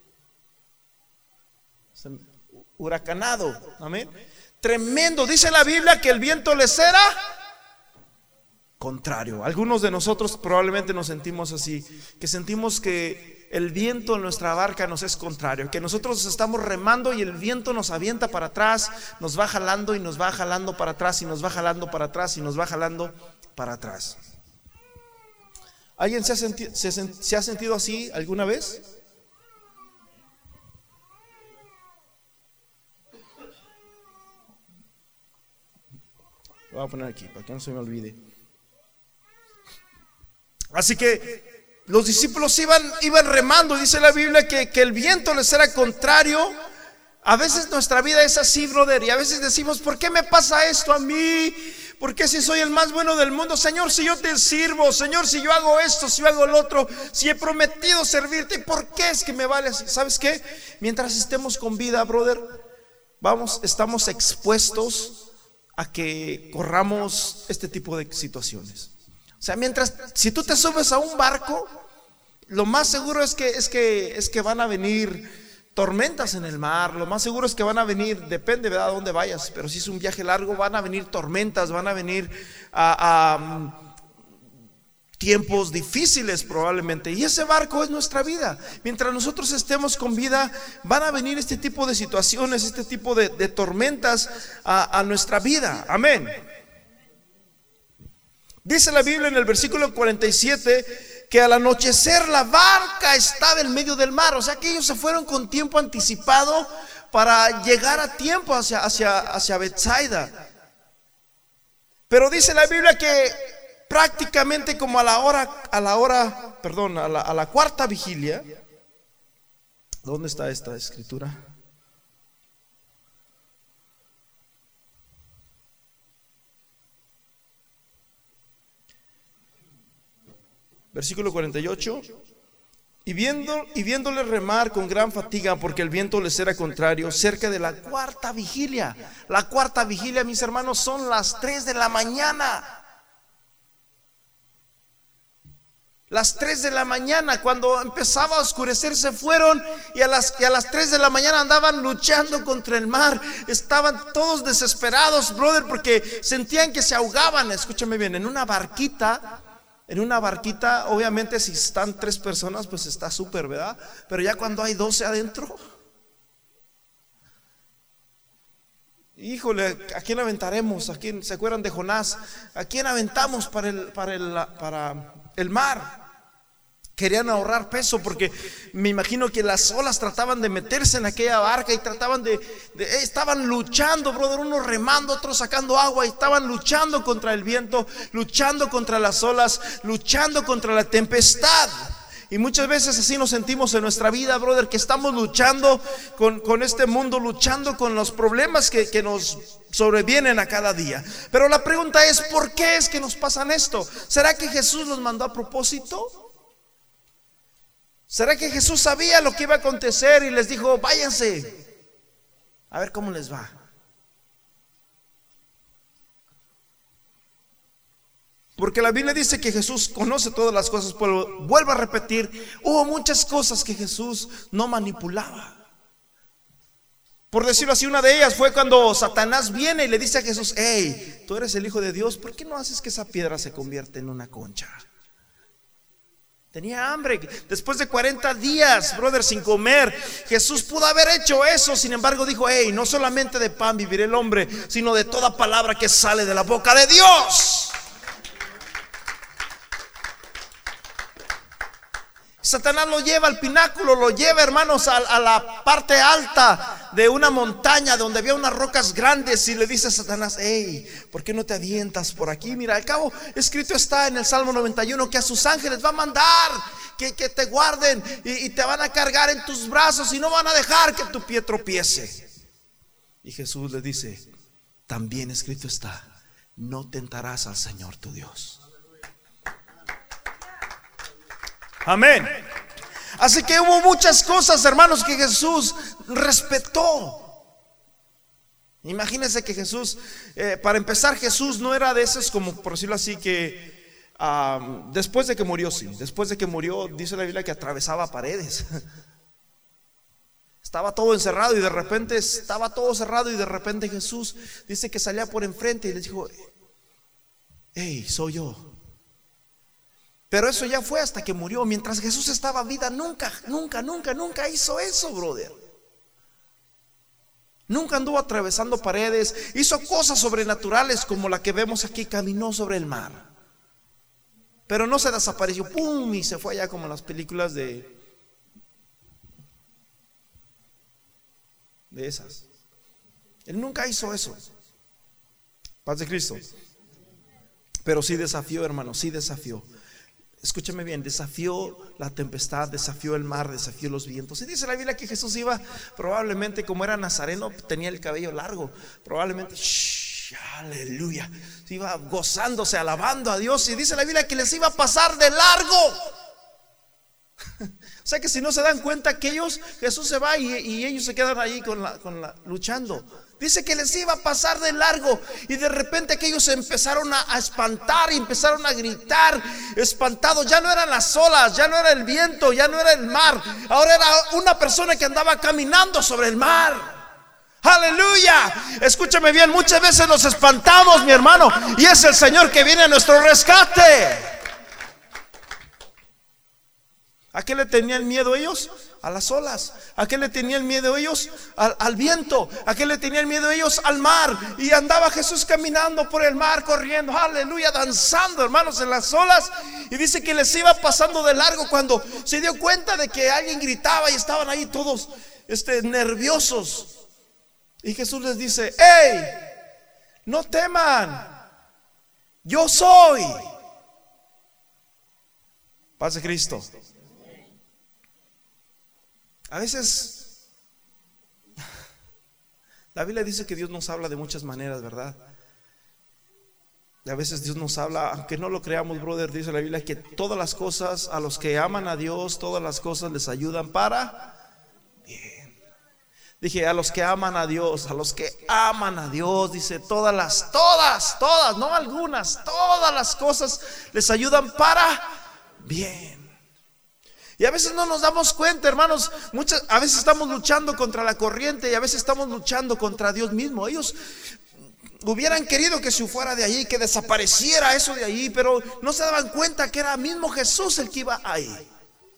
Huracanado, amén. Tremendo. Dice la Biblia que el viento les era contrario. Algunos de nosotros probablemente nos sentimos así, que sentimos que el viento en nuestra barca nos es contrario, que nosotros estamos remando y el viento nos avienta para atrás, nos va jalando y nos va jalando para atrás y nos va jalando para atrás y nos va jalando para atrás. ¿Alguien se ha, senti- se, se ha sentido así alguna vez? Lo voy a poner aquí para que no se me olvide. Así que los discípulos iban, iban remando. Dice la Biblia que, que el viento les era contrario. A veces nuestra vida es así, brother, y a veces decimos: ¿por qué me pasa esto a mí? ¿Por qué si soy el más bueno del mundo? Señor, si yo te sirvo, Señor, si yo hago esto, si yo hago lo otro, si he prometido servirte, ¿por qué es que me vale así? ¿Sabes qué? Mientras estemos con vida, brother, vamos, estamos expuestos a que corramos este tipo de situaciones. O sea, mientras, si tú te subes a un barco, lo más seguro es que, es que, es que van a venir tormentas en el mar. Lo más seguro es que van a venir, depende de dónde vayas, pero si es un viaje largo, van a venir tormentas, van a venir a, a tiempos difíciles probablemente. Y ese barco es nuestra vida. Mientras nosotros estemos con vida, van a venir este tipo de situaciones, este tipo de, de tormentas a, a nuestra vida. Amén. Dice la Biblia en el versículo cuarenta y siete que al anochecer la barca estaba en medio del mar. O sea que ellos se fueron con tiempo anticipado para llegar a tiempo hacia, hacia, hacia Betsaida. Pero dice la Biblia que prácticamente como a la hora, a la hora, perdón, a la, a la cuarta vigilia. ¿Dónde está esta escritura? Versículo cuarenta y ocho. Y, viendo, y viéndole remar con gran fatiga, porque el viento les era contrario, cerca de la cuarta vigilia. La cuarta vigilia, mis hermanos, son las tres de la mañana. Las tres de la mañana, cuando empezaba a oscurecer, se fueron y a las, y a las tres de la mañana andaban luchando contra el mar. Estaban todos desesperados, brother, porque sentían que se ahogaban. Escúchame bien, en una barquita. En una barquita, obviamente si están tres personas, pues está súper, ¿verdad? Pero ya cuando hay doce adentro, híjole, ¿a quién aventaremos? ¿A quién? ¿Se acuerdan de Jonás? ¿A quién aventamos para el, para el, para el mar? Querían ahorrar peso porque me imagino que las olas trataban de meterse en aquella barca y trataban de, de eh, estaban luchando, brother, unos remando, otros sacando agua, y estaban luchando contra el viento, luchando contra las olas, luchando contra la tempestad. Y muchas veces así nos sentimos en nuestra vida, brother, que estamos luchando con, con este mundo, luchando con los problemas que, que nos sobrevienen a cada día. Pero la pregunta es: ¿por qué es que nos pasan esto? ¿Será que Jesús los mandó a propósito? ¿Será que Jesús sabía lo que iba a acontecer y les dijo: váyanse, a ver cómo les va? Porque la Biblia dice que Jesús conoce todas las cosas, pero vuelvo a repetir, hubo muchas cosas que Jesús no manipulaba. Por decirlo así, una de ellas fue cuando Satanás viene y le dice a Jesús: hey, tú eres el Hijo de Dios, ¿por qué no haces que esa piedra se convierta en una concha? Tenía hambre, después de cuarenta días, brother, sin comer. Jesús pudo haber hecho eso, sin embargo dijo: hey, no solamente de pan vivirá el hombre, sino de toda palabra que sale de la boca de Dios. Satanás lo lleva al pináculo, lo lleva, hermanos, a, a la parte alta de una montaña donde había unas rocas grandes, y le dice a Satanás: hey, ¿por qué no te avientas por aquí? Mira, al cabo escrito está en el Salmo noventa y uno que a sus ángeles va a mandar que, que te guarden y, y te van a cargar en tus brazos y no van a dejar que tu pie tropiece. Y Jesús le dice: también escrito está, no tentarás al Señor tu Dios. Amén. Así que hubo muchas cosas, hermanos, que Jesús respetó. Imagínense que Jesús, eh, para empezar, Jesús no era de esos, como por decirlo así, que uh, después de que murió, sí, después de que murió, dice la Biblia que atravesaba paredes. Estaba todo encerrado y de repente estaba todo cerrado y de repente Jesús dice que salía por enfrente y les dijo: hey, soy yo. Pero eso ya fue hasta que murió. Mientras Jesús estaba vida, nunca, nunca, nunca, nunca hizo eso, brother. Nunca anduvo atravesando paredes. Hizo cosas sobrenaturales como la que vemos aquí. Caminó sobre el mar, pero no se desapareció, pum, y se fue allá como en las películas de De esas. Él nunca hizo eso. Paz de Cristo. Pero sí desafió, hermano, sí desafió. Escúchame bien, desafió la tempestad, desafió el mar, desafió los vientos. Y dice la Biblia que Jesús iba, probablemente como era nazareno, tenía el cabello largo, probablemente, shh, aleluya, iba gozándose, alabando a Dios. Y dice la Biblia que les iba a pasar de largo. O sea que si no se dan cuenta que ellos, Jesús se va y, y ellos se quedan ahí con la, con la, luchando. Dice que les iba a pasar de largo. Y de repente que ellos se empezaron a, a espantar y empezaron a gritar espantados. Ya no eran las olas, ya no era el viento, ya no era el mar. Ahora era una persona que andaba caminando sobre el mar. Aleluya. Escúchame bien, muchas veces nos espantamos, mi hermano, y es el Señor que viene a nuestro rescate. ¿A qué le tenían miedo ellos? A las olas. ¿A qué le tenían miedo ellos? Al, al viento. ¿A qué le tenían miedo ellos? Al mar. Y andaba Jesús caminando por el mar, corriendo, aleluya, danzando, hermanos, en las olas. Y dice que les iba pasando de largo cuando se dio cuenta de que alguien gritaba y estaban ahí todos este, nerviosos. Y Jesús les dice: hey, no teman, yo soy. Paz de Cristo. A veces la Biblia dice que Dios nos habla de muchas maneras, ¿verdad? Y a veces Dios nos habla, aunque no lo creamos, brother. Dice la Biblia que todas las cosas, a los que aman a Dios, todas las cosas les ayudan para bien. Dije, a los que aman a Dios, a los que aman a Dios, dice, todas las, todas, todas, no algunas, todas las cosas les ayudan para bien. Y a veces no nos damos cuenta, hermanos. Muchas, a veces estamos luchando contra la corriente y a veces estamos luchando contra Dios mismo. Ellos hubieran querido que se fuera de allí, que desapareciera eso de allí, pero no se daban cuenta que era mismo Jesús el que iba ahí.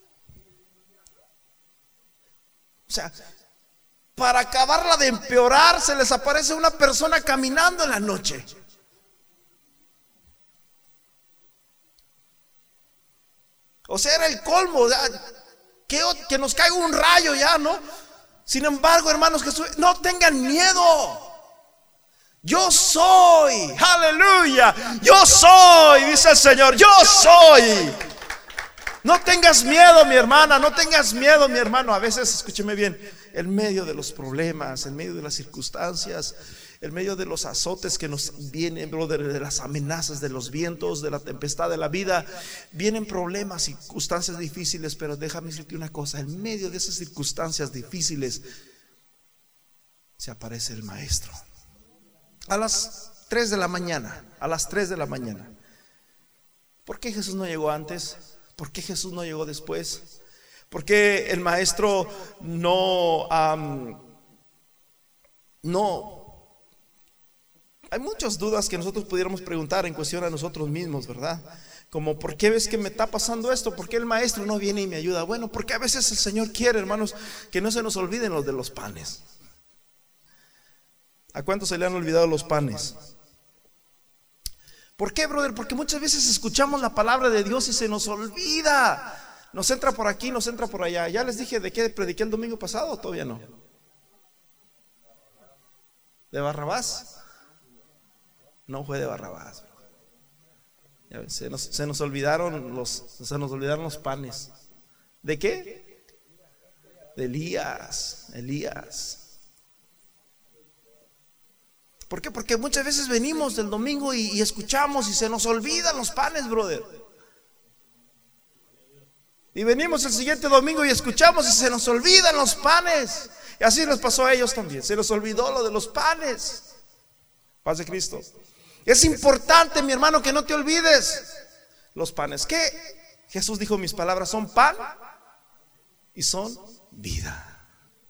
O sea, para acabarla de empeorar, se les aparece una persona caminando en la noche. O sea, era el colmo, que, que nos caiga un rayo ya, ¿no? Sin embargo, hermanos, Jesús, no tengan miedo. Yo soy, aleluya, yo soy, dice el Señor, yo soy. No tengas miedo, mi hermana, no tengas miedo, mi hermano. A veces, escúcheme bien, en medio de los problemas, en medio de las circunstancias, en medio de los azotes que nos vienen, brother, de las amenazas, de los vientos, de la tempestad de la vida, vienen problemas, circunstancias difíciles. Pero déjame decirte una cosa: en medio de esas circunstancias difíciles se aparece el Maestro. A las tres de la mañana, a las tres de la mañana. ¿Por qué Jesús no llegó antes? ¿Por qué Jesús no llegó después? ¿Por qué el Maestro no um, no Hay muchas dudas que nosotros pudiéramos preguntar en cuestión a nosotros mismos, ¿verdad? Como, ¿por qué ves que me está pasando esto? ¿Por qué el Maestro no viene y me ayuda? Bueno, porque a veces el Señor quiere, hermanos, que no se nos olviden los de los panes. ¿A cuántos se le han olvidado los panes? ¿Por qué, brother? Porque muchas veces escuchamos la palabra de Dios y se nos olvida. nos entra por aquí, nos entra por allá. Ya les dije de qué prediqué el domingo pasado, ¿o todavía no? ¿De Barrabás? No fue de Barrabás. Ya ven, se, nos, se nos olvidaron los, se nos olvidaron los panes. ¿De qué? De Elías, Elías. ¿Por qué? Porque muchas veces venimos del domingo y, y escuchamos y se nos olvidan los panes, brother. Y venimos el siguiente domingo y escuchamos y se nos olvidan los panes. Y así les pasó a ellos también. Se les olvidó lo de los panes. Paz de Cristo. Es importante, mi hermano, que no te olvides los panes. ¿Qué? Jesús dijo: mis palabras son pan y son vida.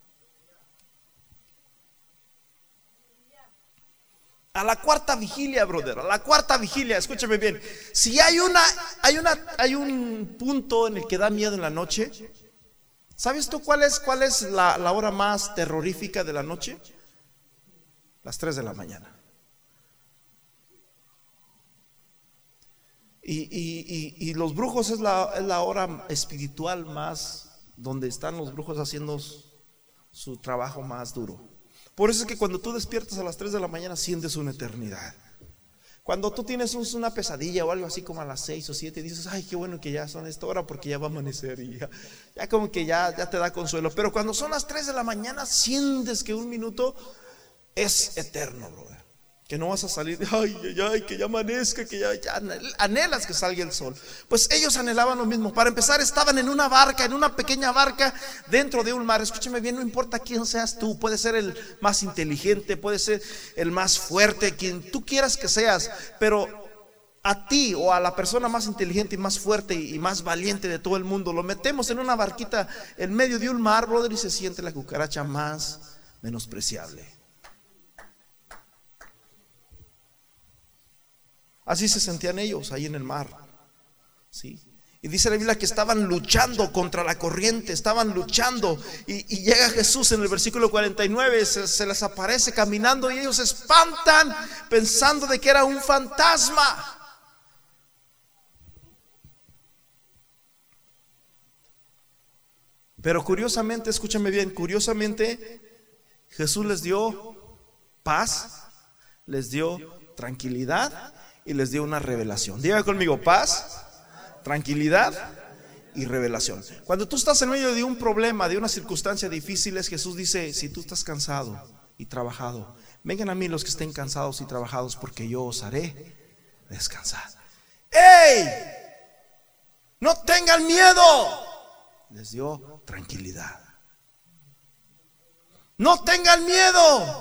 A la cuarta vigilia, brother, a la cuarta vigilia, escúchame bien. Si hay una, hay una, hay un punto en el que da miedo en la noche. ¿Sabes tú cuál es, cuál es la, la hora más terrorífica de la noche? Las tres de la mañana. Y, y, y, y los brujos es la, es la hora espiritual más, donde están los brujos haciendo su, su trabajo más duro. Por eso es que cuando tú despiertas a las tres de la mañana sientes una eternidad. Cuando tú tienes una pesadilla o algo así como a las seis o siete, dices: ay, qué bueno que ya son esta hora porque ya va a amanecer. Y ya, ya como que ya, ya te da consuelo. Pero cuando son las tres de la mañana sientes que un minuto es eterno, brother. Que no vas a salir, ay, ay, ay, que ya amanezca, que ya, ya anhelas que salga el sol. Pues ellos anhelaban lo mismo. Para empezar, estaban en una barca, en una pequeña barca dentro de un mar. Escúchame bien, no importa quién seas tú, puede ser el más inteligente, puede ser el más fuerte, quien tú quieras que seas, pero a ti o a la persona más inteligente y más fuerte y más valiente de todo el mundo lo metemos en una barquita en medio de un mar, brother, y se siente la cucaracha más menospreciable. Así se sentían ellos ahí en el mar, ¿sí? Y dice la Biblia que estaban luchando contra la corriente, estaban luchando. Y, y llega Jesús en el versículo cuarenta y nueve, se, se les aparece caminando y ellos se espantan pensando de que era un fantasma. Pero curiosamente, escúchame bien, curiosamente Jesús les dio paz, les dio tranquilidad y les dio una revelación. Diga conmigo: paz, tranquilidad y revelación. Cuando tú estás en medio de un problema, de una circunstancia difícil, Jesús dice: si tú estás cansado y trabajado, vengan a mí los que estén cansados y trabajados, porque yo os haré descansar. ¡Ey! No tengan miedo. Les dio tranquilidad. No tengan miedo.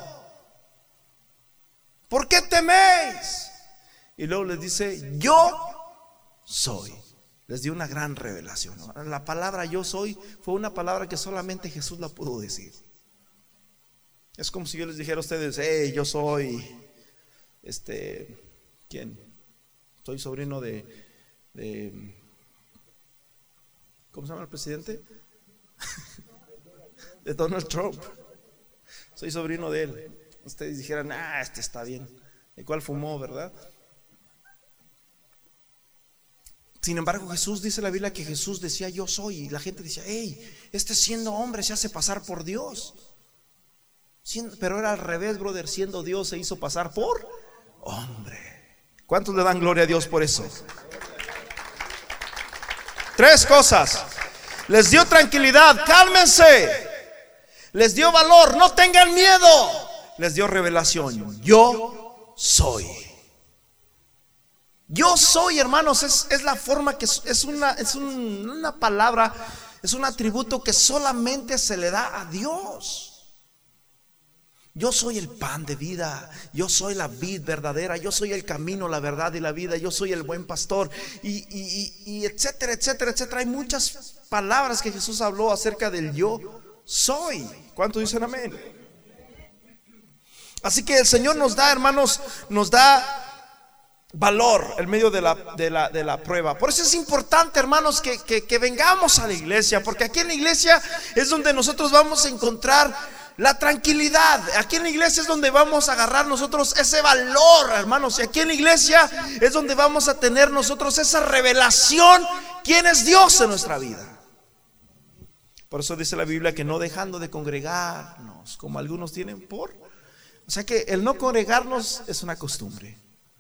¿Por qué teméis? Y luego les dice: yo soy. Les dio una gran revelación. La palabra yo soy fue una palabra que solamente Jesús la pudo decir. Es como si yo les dijera a ustedes: hey, yo soy este, ¿quién? Soy sobrino de, de ¿cómo se llama el presidente? De Donald Trump. Soy sobrino de él. Ustedes dijeran: ah, este está bien. ¿De cuál fumó, verdad? Sin embargo, Jesús, dice la Biblia que Jesús decía: yo soy. Y la gente decía: hey, este siendo hombre se hace pasar por Dios. Pero era al revés, brother. Siendo Dios se hizo pasar por hombre. ¿Cuántos le dan gloria a Dios por eso? Tres cosas. Les dio tranquilidad, cálmense. Les dio valor, no tengan miedo. Les dio revelación: yo soy. Yo soy, hermanos, es, es la forma que es, es, una, es un, una palabra, es un atributo que solamente se le da a Dios. Yo soy el pan de vida, yo soy la vid verdadera, yo soy el camino, la verdad y la vida, yo soy el buen pastor, y, y, y, y etcétera, etcétera, etcétera. Hay muchas palabras que Jesús habló acerca del yo soy. ¿Cuántos dicen amén? Así que el Señor nos da, hermanos, nos da valor en medio de la, de la, de la prueba. Por eso es importante, hermanos, que, que, que vengamos a la iglesia, porque aquí en la iglesia es donde nosotros vamos a encontrar la tranquilidad. Aquí en la iglesia es donde vamos a agarrar nosotros ese valor, hermanos. Y aquí en la iglesia es donde vamos a tener nosotros esa revelación: quién es Dios en nuestra vida. Por eso dice la Biblia que no dejando de congregarnos, como algunos tienen por. O sea que el no congregarnos es una costumbre.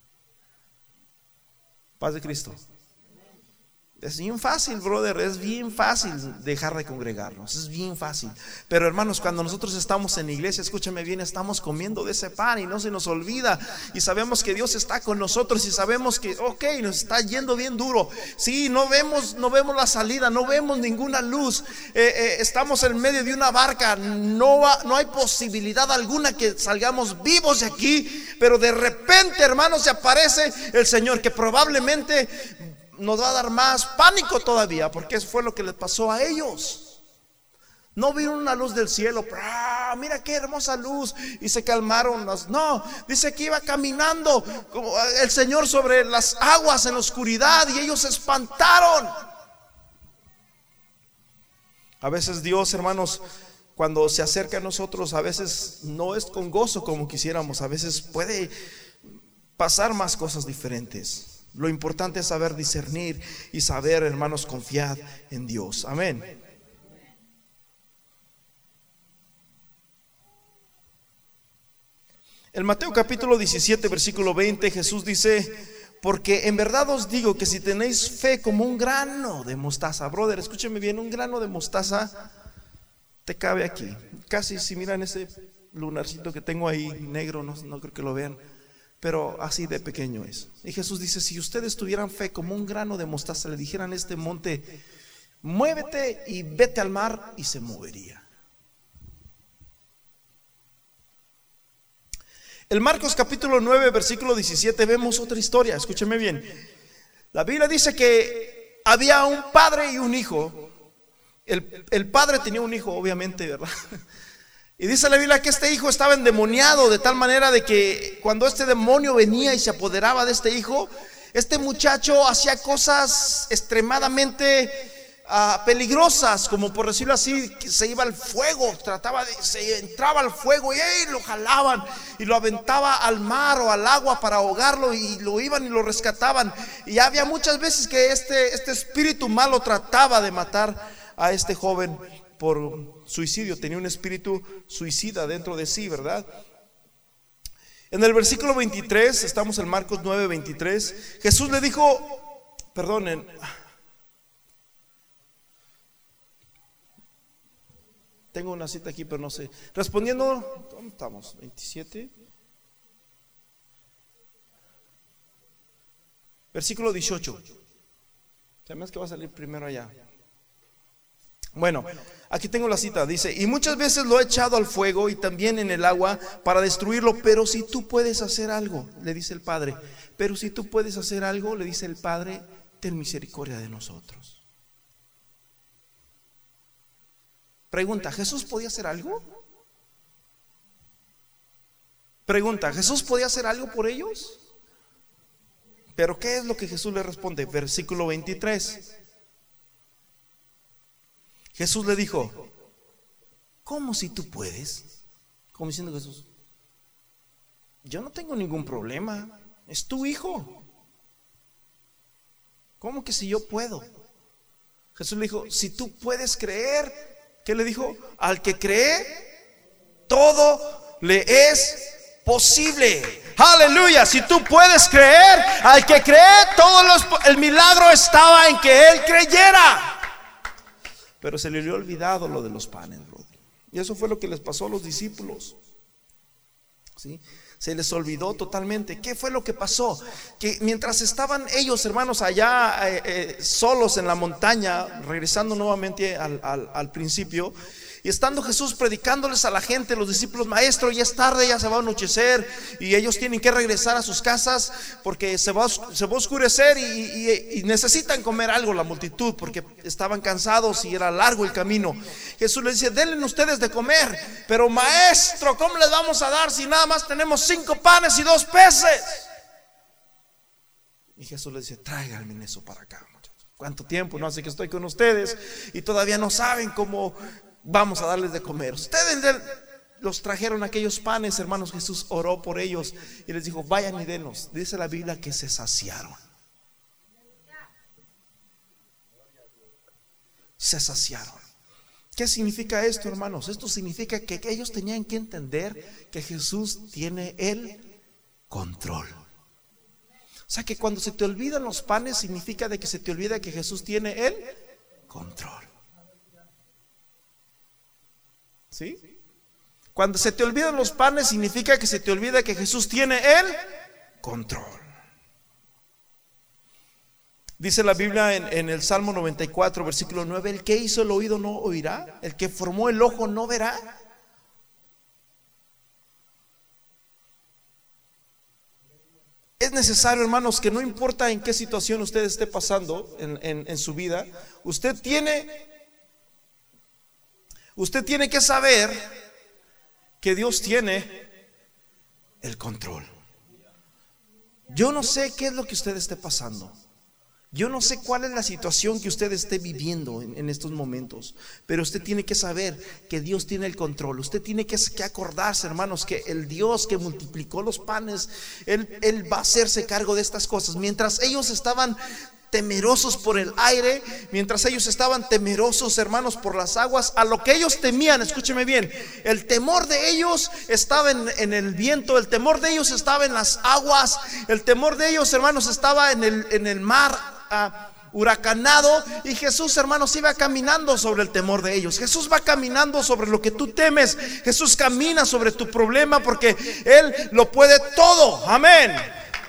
Paz de Cristo. Es bien fácil, brother, es bien fácil dejar de congregarnos, es bien fácil. Pero hermanos, cuando nosotros estamos en la iglesia, escúchame bien, estamos comiendo de ese pan y no se nos olvida. Y sabemos que Dios está con nosotros y sabemos que, ok, nos está yendo bien duro. Sí, no vemos, no vemos la salida, no vemos ninguna luz. eh, eh, Estamos en medio de una barca, no, va, no hay posibilidad alguna que salgamos vivos de aquí. Pero de repente, hermanos, se aparece el Señor, que probablemente nos va a dar más pánico todavía, porque eso fue lo que les pasó a ellos. No vieron una luz del cielo, ¡ah, mira qué hermosa luz! Y se calmaron. No, dice que iba caminando como el Señor sobre las aguas en la oscuridad, y ellos se espantaron. A veces Dios, hermanos, cuando se acerca a nosotros, a veces no es con gozo como quisiéramos. A veces puede pasar más cosas diferentes. Lo importante es saber discernir y saber, hermanos, confiar en Dios. Amén. En Mateo capítulo diecisiete, versículo veinte, Jesús dice: porque en verdad os digo que si tenéis fe como un grano de mostaza, brother, escúcheme bien, un grano de mostaza te cabe aquí. Casi, si miran ese lunarcito que tengo ahí negro, no, no creo que lo vean, pero así de pequeño es. Y Jesús dice: si ustedes tuvieran fe como un grano de mostaza, le dijeran a este monte: muévete y vete al mar, y se movería. En Marcos capítulo nueve, versículo diecisiete, vemos otra historia. Escúcheme bien. La Biblia dice que había un padre y un hijo. El, el padre tenía un hijo, obviamente, ¿verdad? Y dice la Biblia que este hijo estaba endemoniado, de tal manera de que cuando este demonio venía y se apoderaba de este hijo, este muchacho hacía cosas extremadamente uh, peligrosas, como por decirlo así, que se iba al fuego, trataba de, se entraba al fuego y ¡ey! Lo jalaban y lo aventaba al mar o al agua para ahogarlo, y lo iban y lo rescataban. Y había muchas veces que este, este espíritu malo trataba de matar a este joven por suicidio. Tenía un espíritu suicida dentro de sí, ¿verdad? En el versículo veintitrés, estamos en Marcos nueve, veintitrés, Jesús le dijo, perdonen, tengo una cita aquí pero no sé, respondiendo, ¿dónde estamos? veintisiete, versículo dieciocho. Se me hace que va a salir primero allá. Bueno, aquí tengo la cita, dice: y muchas veces lo he echado al fuego y también en el agua para destruirlo, pero si tú puedes hacer algo, le dice el Padre, pero si tú puedes hacer algo, le dice el Padre, ten misericordia de nosotros. Pregunta: ¿Jesús podía hacer algo? Pregunta: ¿Jesús podía hacer algo por ellos? Pero ¿qué es lo que Jesús le responde? Versículo veintitrés. Jesús le dijo: ¿cómo si tú puedes? Como diciendo Jesús: yo no tengo ningún problema, es tu hijo. ¿Cómo que si yo puedo? Jesús le dijo: si tú puedes creer. ¿Qué le dijo? Al que cree, todo le es posible. Aleluya. Si tú puedes creer, al que cree, todo los, el milagro estaba en que él creyera. Pero se le había olvidado lo de los panes, brother. Y eso fue lo que les pasó a los discípulos. ¿Sí? Se les olvidó totalmente. ¿Qué fue lo que pasó? Que mientras estaban ellos, hermanos, allá eh, eh, solos en la montaña, regresando nuevamente al, al, al principio, y estando Jesús predicándoles a la gente, los discípulos: maestro, ya es tarde, ya se va a anochecer, y ellos tienen que regresar a sus casas porque se va, se va a oscurecer, y, y, y necesitan comer algo la multitud, porque estaban cansados y era largo el camino. Jesús les dice: denle ustedes de comer. Pero maestro, ¿cómo les vamos a dar si nada más tenemos cinco panes y dos peces? Y Jesús les dice: tráiganme eso para acá, muchachos. ¿Cuánto tiempo no hace que estoy con ustedes y todavía no saben cómo vamos a darles de comer? Ustedes los trajeron aquellos panes, hermanos. Jesús oró por ellos y les dijo: vayan y denos. Dice la Biblia que se saciaron. Se saciaron. ¿Qué significa esto, hermanos? Esto significa que ellos tenían que entender que Jesús tiene el control. O sea, que cuando se te olvidan los panes, significa de que se te olvida que Jesús tiene el control. ¿Sí? Cuando se te olvidan los panes, significa que se te olvida que Jesús tiene el control. Dice la Biblia en, en el Salmo noventa y cuatro, versículo nueve: el que hizo el oído no oirá, el que formó el ojo no verá. Es necesario, hermanos, que no importa en qué situación usted esté pasando en, en, en su vida, usted tiene, usted tiene que saber que Dios tiene el control. Yo no sé qué es lo que usted esté pasando. Yo no sé cuál es la situación que usted esté viviendo en, en estos momentos, pero usted tiene que saber que Dios tiene el control. Usted tiene que, que acordarse, hermanos, que el Dios que multiplicó los panes, Él, Él va a hacerse cargo de estas cosas. Mientras ellos estaban temerosos por el aire, mientras ellos estaban temerosos, hermanos, por las aguas, a lo que ellos temían, escúcheme bien, el temor de ellos estaba en, en el viento, el temor de ellos estaba en las aguas, el temor de ellos, hermanos, estaba en el, en el mar Uh, huracanado. Y Jesús, hermanos, iba caminando sobre el temor de ellos. Jesús va caminando sobre lo que tú temes. Jesús camina sobre tu problema, porque Él lo puede todo. Amén.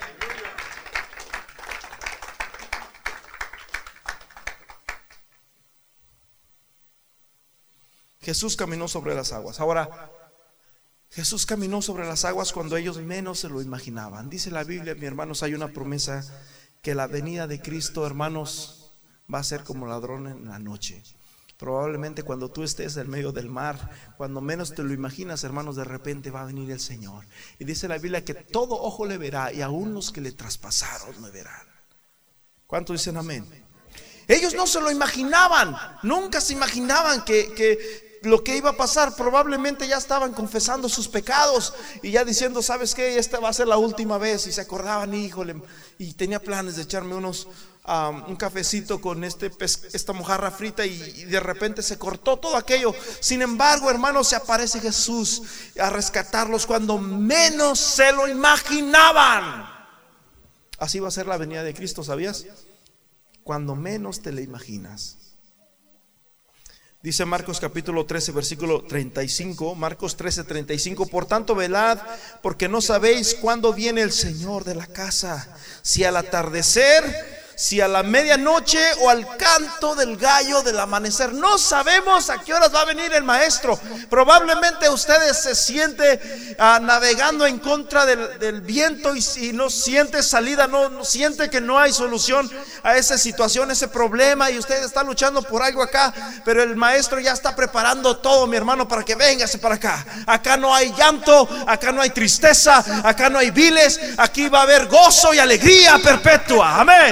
Jesús caminó sobre las aguas. Ahora, Jesús caminó sobre las aguas cuando ellos menos se lo imaginaban. Dice la Biblia, mis hermanos, hay una promesa que la venida de Cristo, hermanos, va a ser como ladrón en la noche. Probablemente cuando tú estés en medio del mar, cuando menos te lo imaginas, hermanos, de repente va a venir el Señor. Y dice la Biblia que todo ojo le verá, y aún los que le traspasaron le verán. ¿Cuántos dicen amén? Ellos no se lo imaginaban, nunca se imaginaban que, que lo que iba a pasar. Probablemente ya estaban confesando sus pecados y ya diciendo, ¿sabes qué? Esta va a ser la última vez. Y se acordaban, híjole, y tenía planes de echarme unos um, un cafecito con este esta mojarra frita, y, y de repente se cortó todo aquello. Sin embargo, hermanos, se aparece Jesús a rescatarlos cuando menos se lo imaginaban. Así va a ser la venida de Cristo, ¿sabías? Cuando menos te la imaginas. Dice Marcos capítulo trece, versículo treinta y cinco, Marcos trece, treinta y cinco: por tanto velad, porque no sabéis cuándo viene el Señor de la casa, si al atardecer, si a la medianoche, o al canto del gallo del amanecer. No sabemos a qué horas va a venir el maestro. Probablemente usted se siente uh, navegando en contra del, del viento, y si no siente salida, no, no siente que no hay solución a esa situación, ese problema, y usted está luchando por algo acá, pero el maestro ya está preparando todo, mi hermano, para que véngase para acá. Acá no hay llanto, acá no hay tristeza, acá no hay viles, aquí va a haber gozo y alegría perpetua. Amén.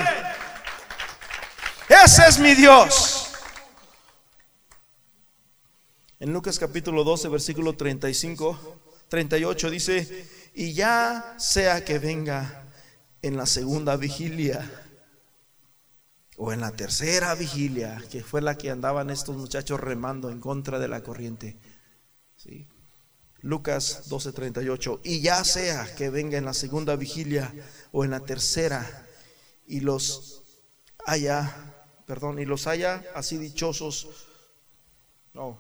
Ese es mi Dios. En Lucas capítulo doce, versículo treinta y cinco, treinta y ocho dice: y ya sea que venga en la segunda vigilia o en la tercera vigilia, que fue la que andaban estos muchachos remando en contra de la corriente. ¿Sí? Lucas doce, treinta y ocho: y ya sea que venga en la segunda vigilia o en la tercera, y los haya Perdón, y los haya así dichosos, no,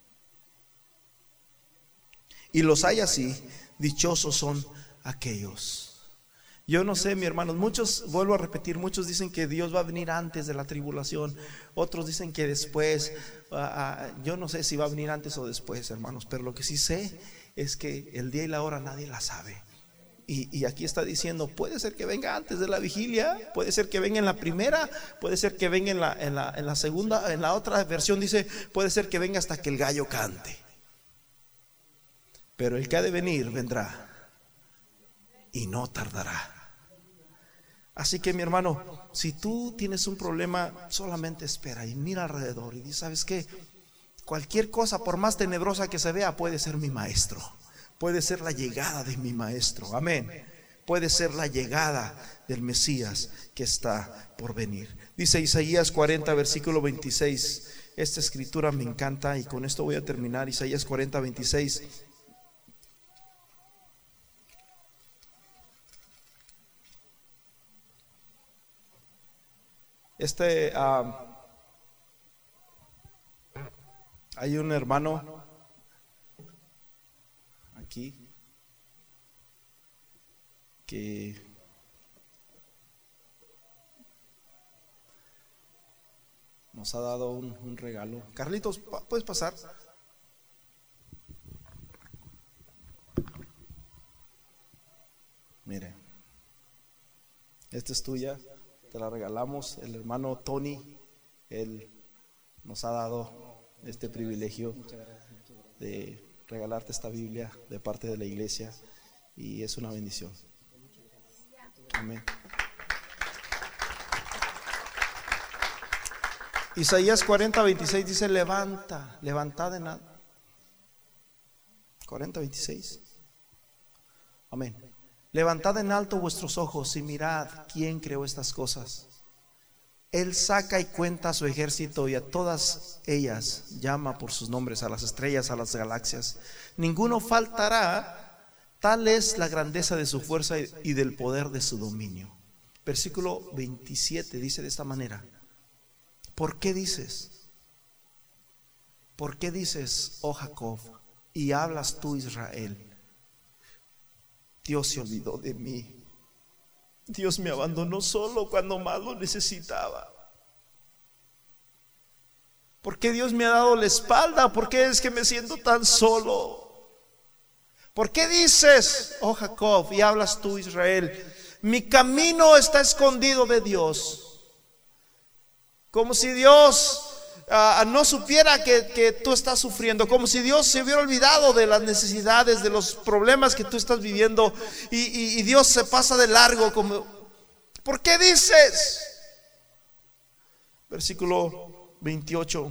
y los haya así, dichosos son aquellos. Yo no sé, mi hermanos, muchos, vuelvo a repetir, muchos dicen que Dios va a venir antes de la tribulación, otros dicen que después. uh, uh, Yo no sé si va a venir antes o después, hermanos, pero lo que sí sé es que el día y la hora nadie la sabe. Y, y aquí está diciendo, puede ser que venga antes de la vigilia, puede ser que venga en la primera, puede ser que venga en la, en la, en la segunda. En la otra versión dice, puede ser que venga hasta que el gallo cante. Pero el que ha de venir vendrá y no tardará. Así que, mi hermano, si tú tienes un problema, solamente espera y mira alrededor y dice, ¿sabes qué? Cualquier cosa, por más tenebrosa que se vea, puede ser mi maestro. Puede ser la llegada de mi maestro. Amén. Puede ser la llegada del Mesías que está por venir. Dice Isaías cuarenta, versículo veintiséis. Esta escritura me encanta y con esto voy a terminar. Isaías cuarenta, veintiséis. Este, uh, hay un hermano aquí que nos ha dado un, un regalo. Carlitos, ¿puedes pasar? Mire, esta es tuya. Te la regalamos. El hermano Tony, él nos ha dado este privilegio de regalarte esta Biblia de parte de la iglesia y es una bendición. Amén. Isaías cuarenta, veintiséis dice: levanta, levantad en alto. cuarenta, veintiséis. Amén. Levantad en alto vuestros ojos y mirad quién creó estas cosas. Él saca y cuenta a su ejército y a todas ellas llama por sus nombres, a las estrellas, a las galaxias. Ninguno faltará, tal es la grandeza de su fuerza y del poder de su dominio. Versículo veintisiete dice de esta manera: ¿por qué dices? ¿Por qué dices, oh Jacob, y hablas tú, Israel? Dios se olvidó de mí. Dios me abandonó solo cuando más lo necesitaba. ¿Por qué Dios me ha dado la espalda? ¿Por qué es que me siento tan solo? ¿Por qué dices, oh Jacob, y hablas tú, Israel? Mi camino está escondido de Dios. Como si Dios Uh, no supiera que, que tú estás sufriendo, como si Dios se hubiera olvidado de las necesidades, de los problemas que tú estás viviendo y, y, y Dios se pasa de largo. Como, ¿por qué dices? Versículo veintiocho: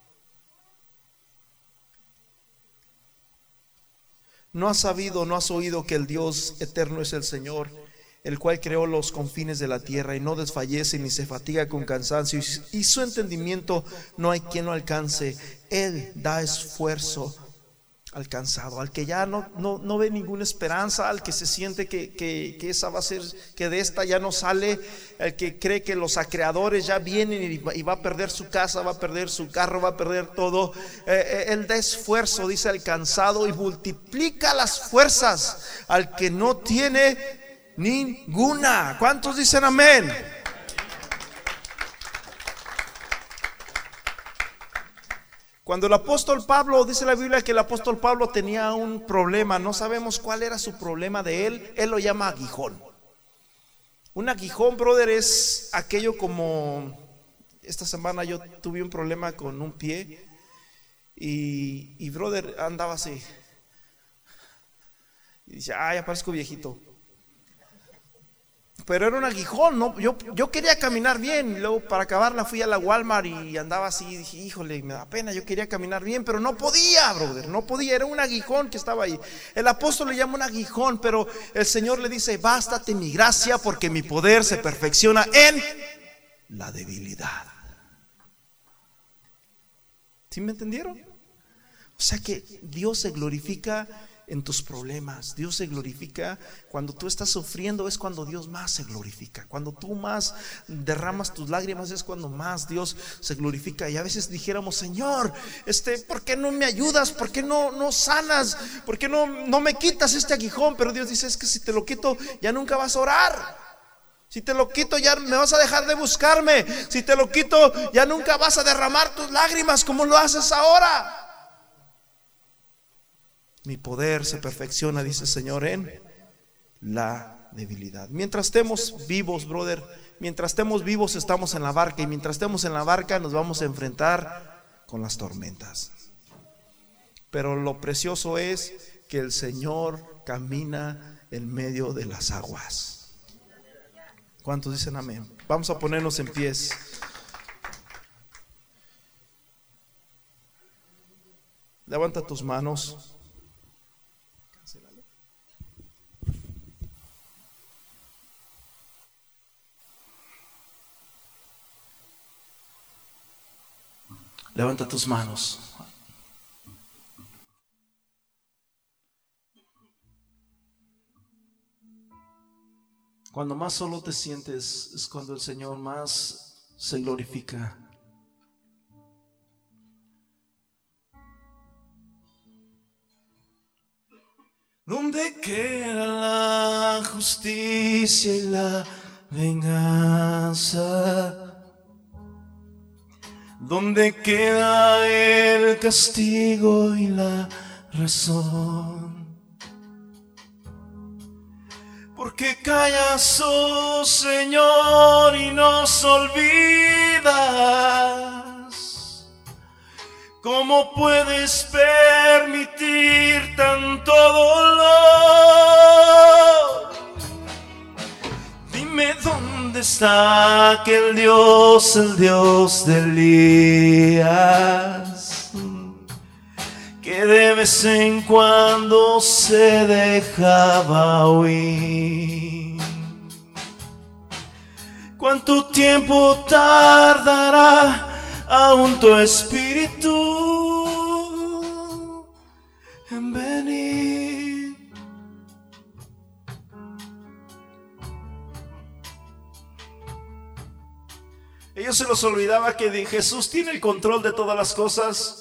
¿no has sabido, no has oído que el Dios eterno es el Señor, el cual creó los confines de la tierra y no desfallece ni se fatiga con cansancio, y su entendimiento no hay quien lo alcance? Él da esfuerzo al cansado, al que ya no, no, no ve ninguna esperanza, al que se siente que, que, que esa va a ser, que de esta ya no sale, al que cree que los acreedores ya vienen y va, y va a perder su casa, va a perder su carro, va a perder todo. eh, Él da esfuerzo, dice, al cansado, y multiplica las fuerzas al que no tiene ninguna. ¿Cuántos dicen amén? Cuando el apóstol Pablo, dice la Biblia que el apóstol Pablo tenía un problema, no sabemos cuál era su problema de él, él lo llama aguijón. Un aguijón, brother, es aquello como, esta semana yo tuve un problema con un pie y, y brother, andaba así y dice, ah, ya parezco viejito. Pero era un aguijón, ¿no? Yo, yo quería caminar bien. Luego, para acabarla, fui a la Walmart y andaba así. Y dije, híjole, me da pena. Yo quería caminar bien, pero no podía, brother. No podía. Era un aguijón que estaba ahí. El apóstol le llama un aguijón, pero el Señor le dice: bástate mi gracia, porque mi poder se perfecciona en la debilidad. ¿Sí me entendieron? O sea que Dios se glorifica en tus problemas. Dios se glorifica cuando tú estás sufriendo, es cuando Dios más se glorifica. Cuando tú más derramas tus lágrimas es cuando más Dios se glorifica. Y a veces dijéramos, Señor, este, ¿por qué no me ayudas? ¿Por qué no, no sanas? ¿Por qué no, no me quitas este aguijón? Pero Dios dice, es que si te lo quito ya nunca vas a orar. Si te lo quito ya me vas a dejar de buscarme. Si te lo quito ya nunca vas a derramar tus lágrimas como lo haces ahora. Mi poder se perfecciona, dice el Señor, en la debilidad. Mientras estemos vivos, brother, mientras estemos vivos estamos en la barca, y mientras estemos en la barca nos vamos a enfrentar con las tormentas. Pero lo precioso es que el Señor camina en medio de las aguas. ¿Cuántos dicen amén? Vamos a ponernos en pies. Levanta tus manos. Levanta tus manos. Cuando más solo te sientes es cuando el Señor más se glorifica. ¿Dónde queda la justicia y la venganza? ¿Dónde queda el castigo y la razón? ¿Por qué callas, oh Señor, y nos olvidas? ¿Cómo puedes permitir tanto dolor? Dime dónde está aquel Dios, el Dios de Elías, que de vez en cuando se dejaba oír. ¿Cuánto tiempo tardará aún tu espíritu en venir? Ellos se los olvidaba que Jesús tiene el control de todas las cosas.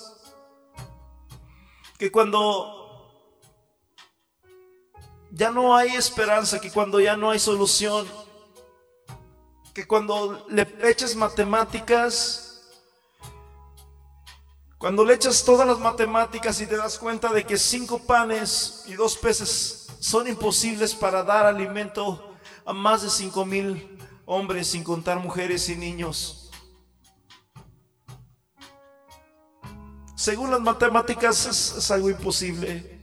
Que cuando ya no hay esperanza, que cuando ya no hay solución, que cuando le echas matemáticas, cuando le echas todas las matemáticas y te das cuenta de que cinco panes y dos peces son imposibles para dar alimento a más de cinco mil hombres, sin contar mujeres y niños. Según las matemáticas es, es algo imposible.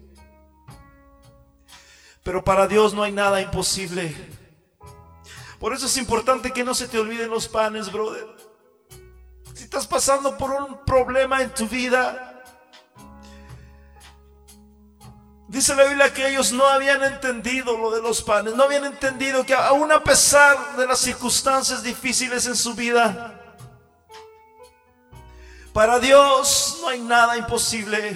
Pero para Dios no hay nada imposible. Por eso es importante que no se te olviden los panes, brother. Si estás pasando por un problema en tu vida, dice la Biblia que ellos no habían entendido lo de los panes. No habían entendido que aún a pesar de las circunstancias difíciles en su vida, para Dios no hay nada imposible.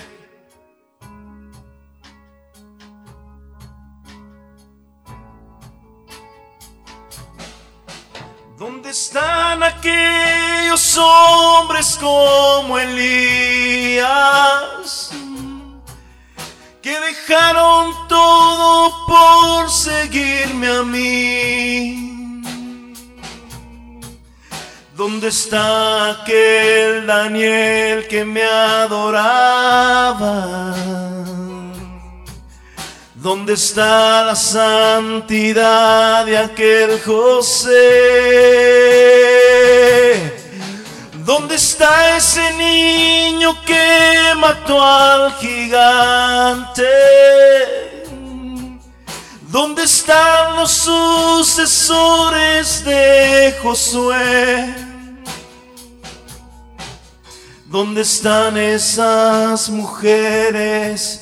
¿Dónde están aquellos hombres como Elías, que dejaron todo por seguirme a mí? ¿Dónde está aquel Daniel que me adoraba? ¿Dónde está la santidad de aquel José? ¿Dónde está ese niño que mató al gigante? ¿Dónde están los sucesores de Josué? ¿Dónde están esas mujeres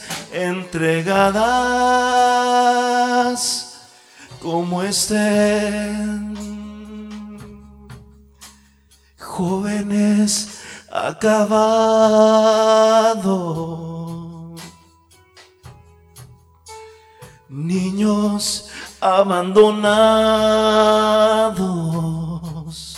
entregadas como Esther? Jóvenes acabados, niños abandonados,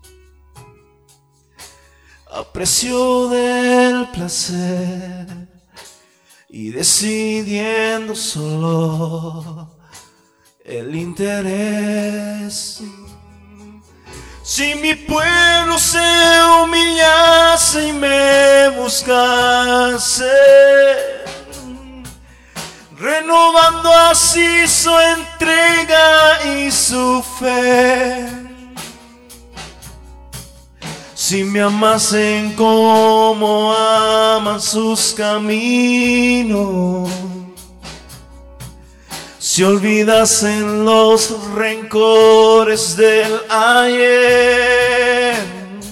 a precio del placer y decidiendo solo el interés. Si mi pueblo se humillase y me buscase, renovando así su entrega y su fe, si me amasen como aman sus caminos, si olvidasen los rencores del ayer,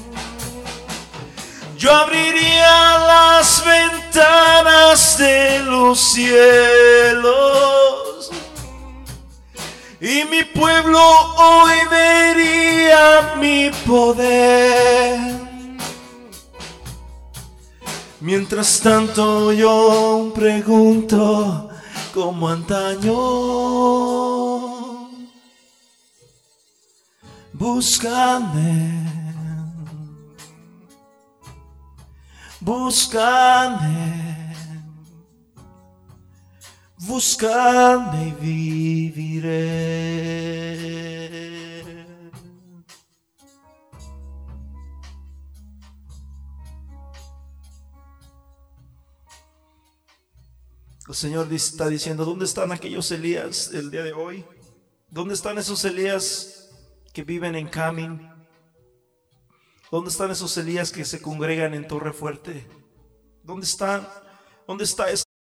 yo abriría las ventanas de los cielos y mi pueblo hoy vería mi poder. Mientras tanto yo pregunto como antaño, búscame, búscame, búscame y viviré. El Señor está diciendo, ¿dónde están aquellos Elías el día de hoy? ¿Dónde están esos Elías que viven en Camin? ¿Dónde están esos Elías que se congregan en Torre Fuerte? ¿Dónde están? ¿Dónde está esa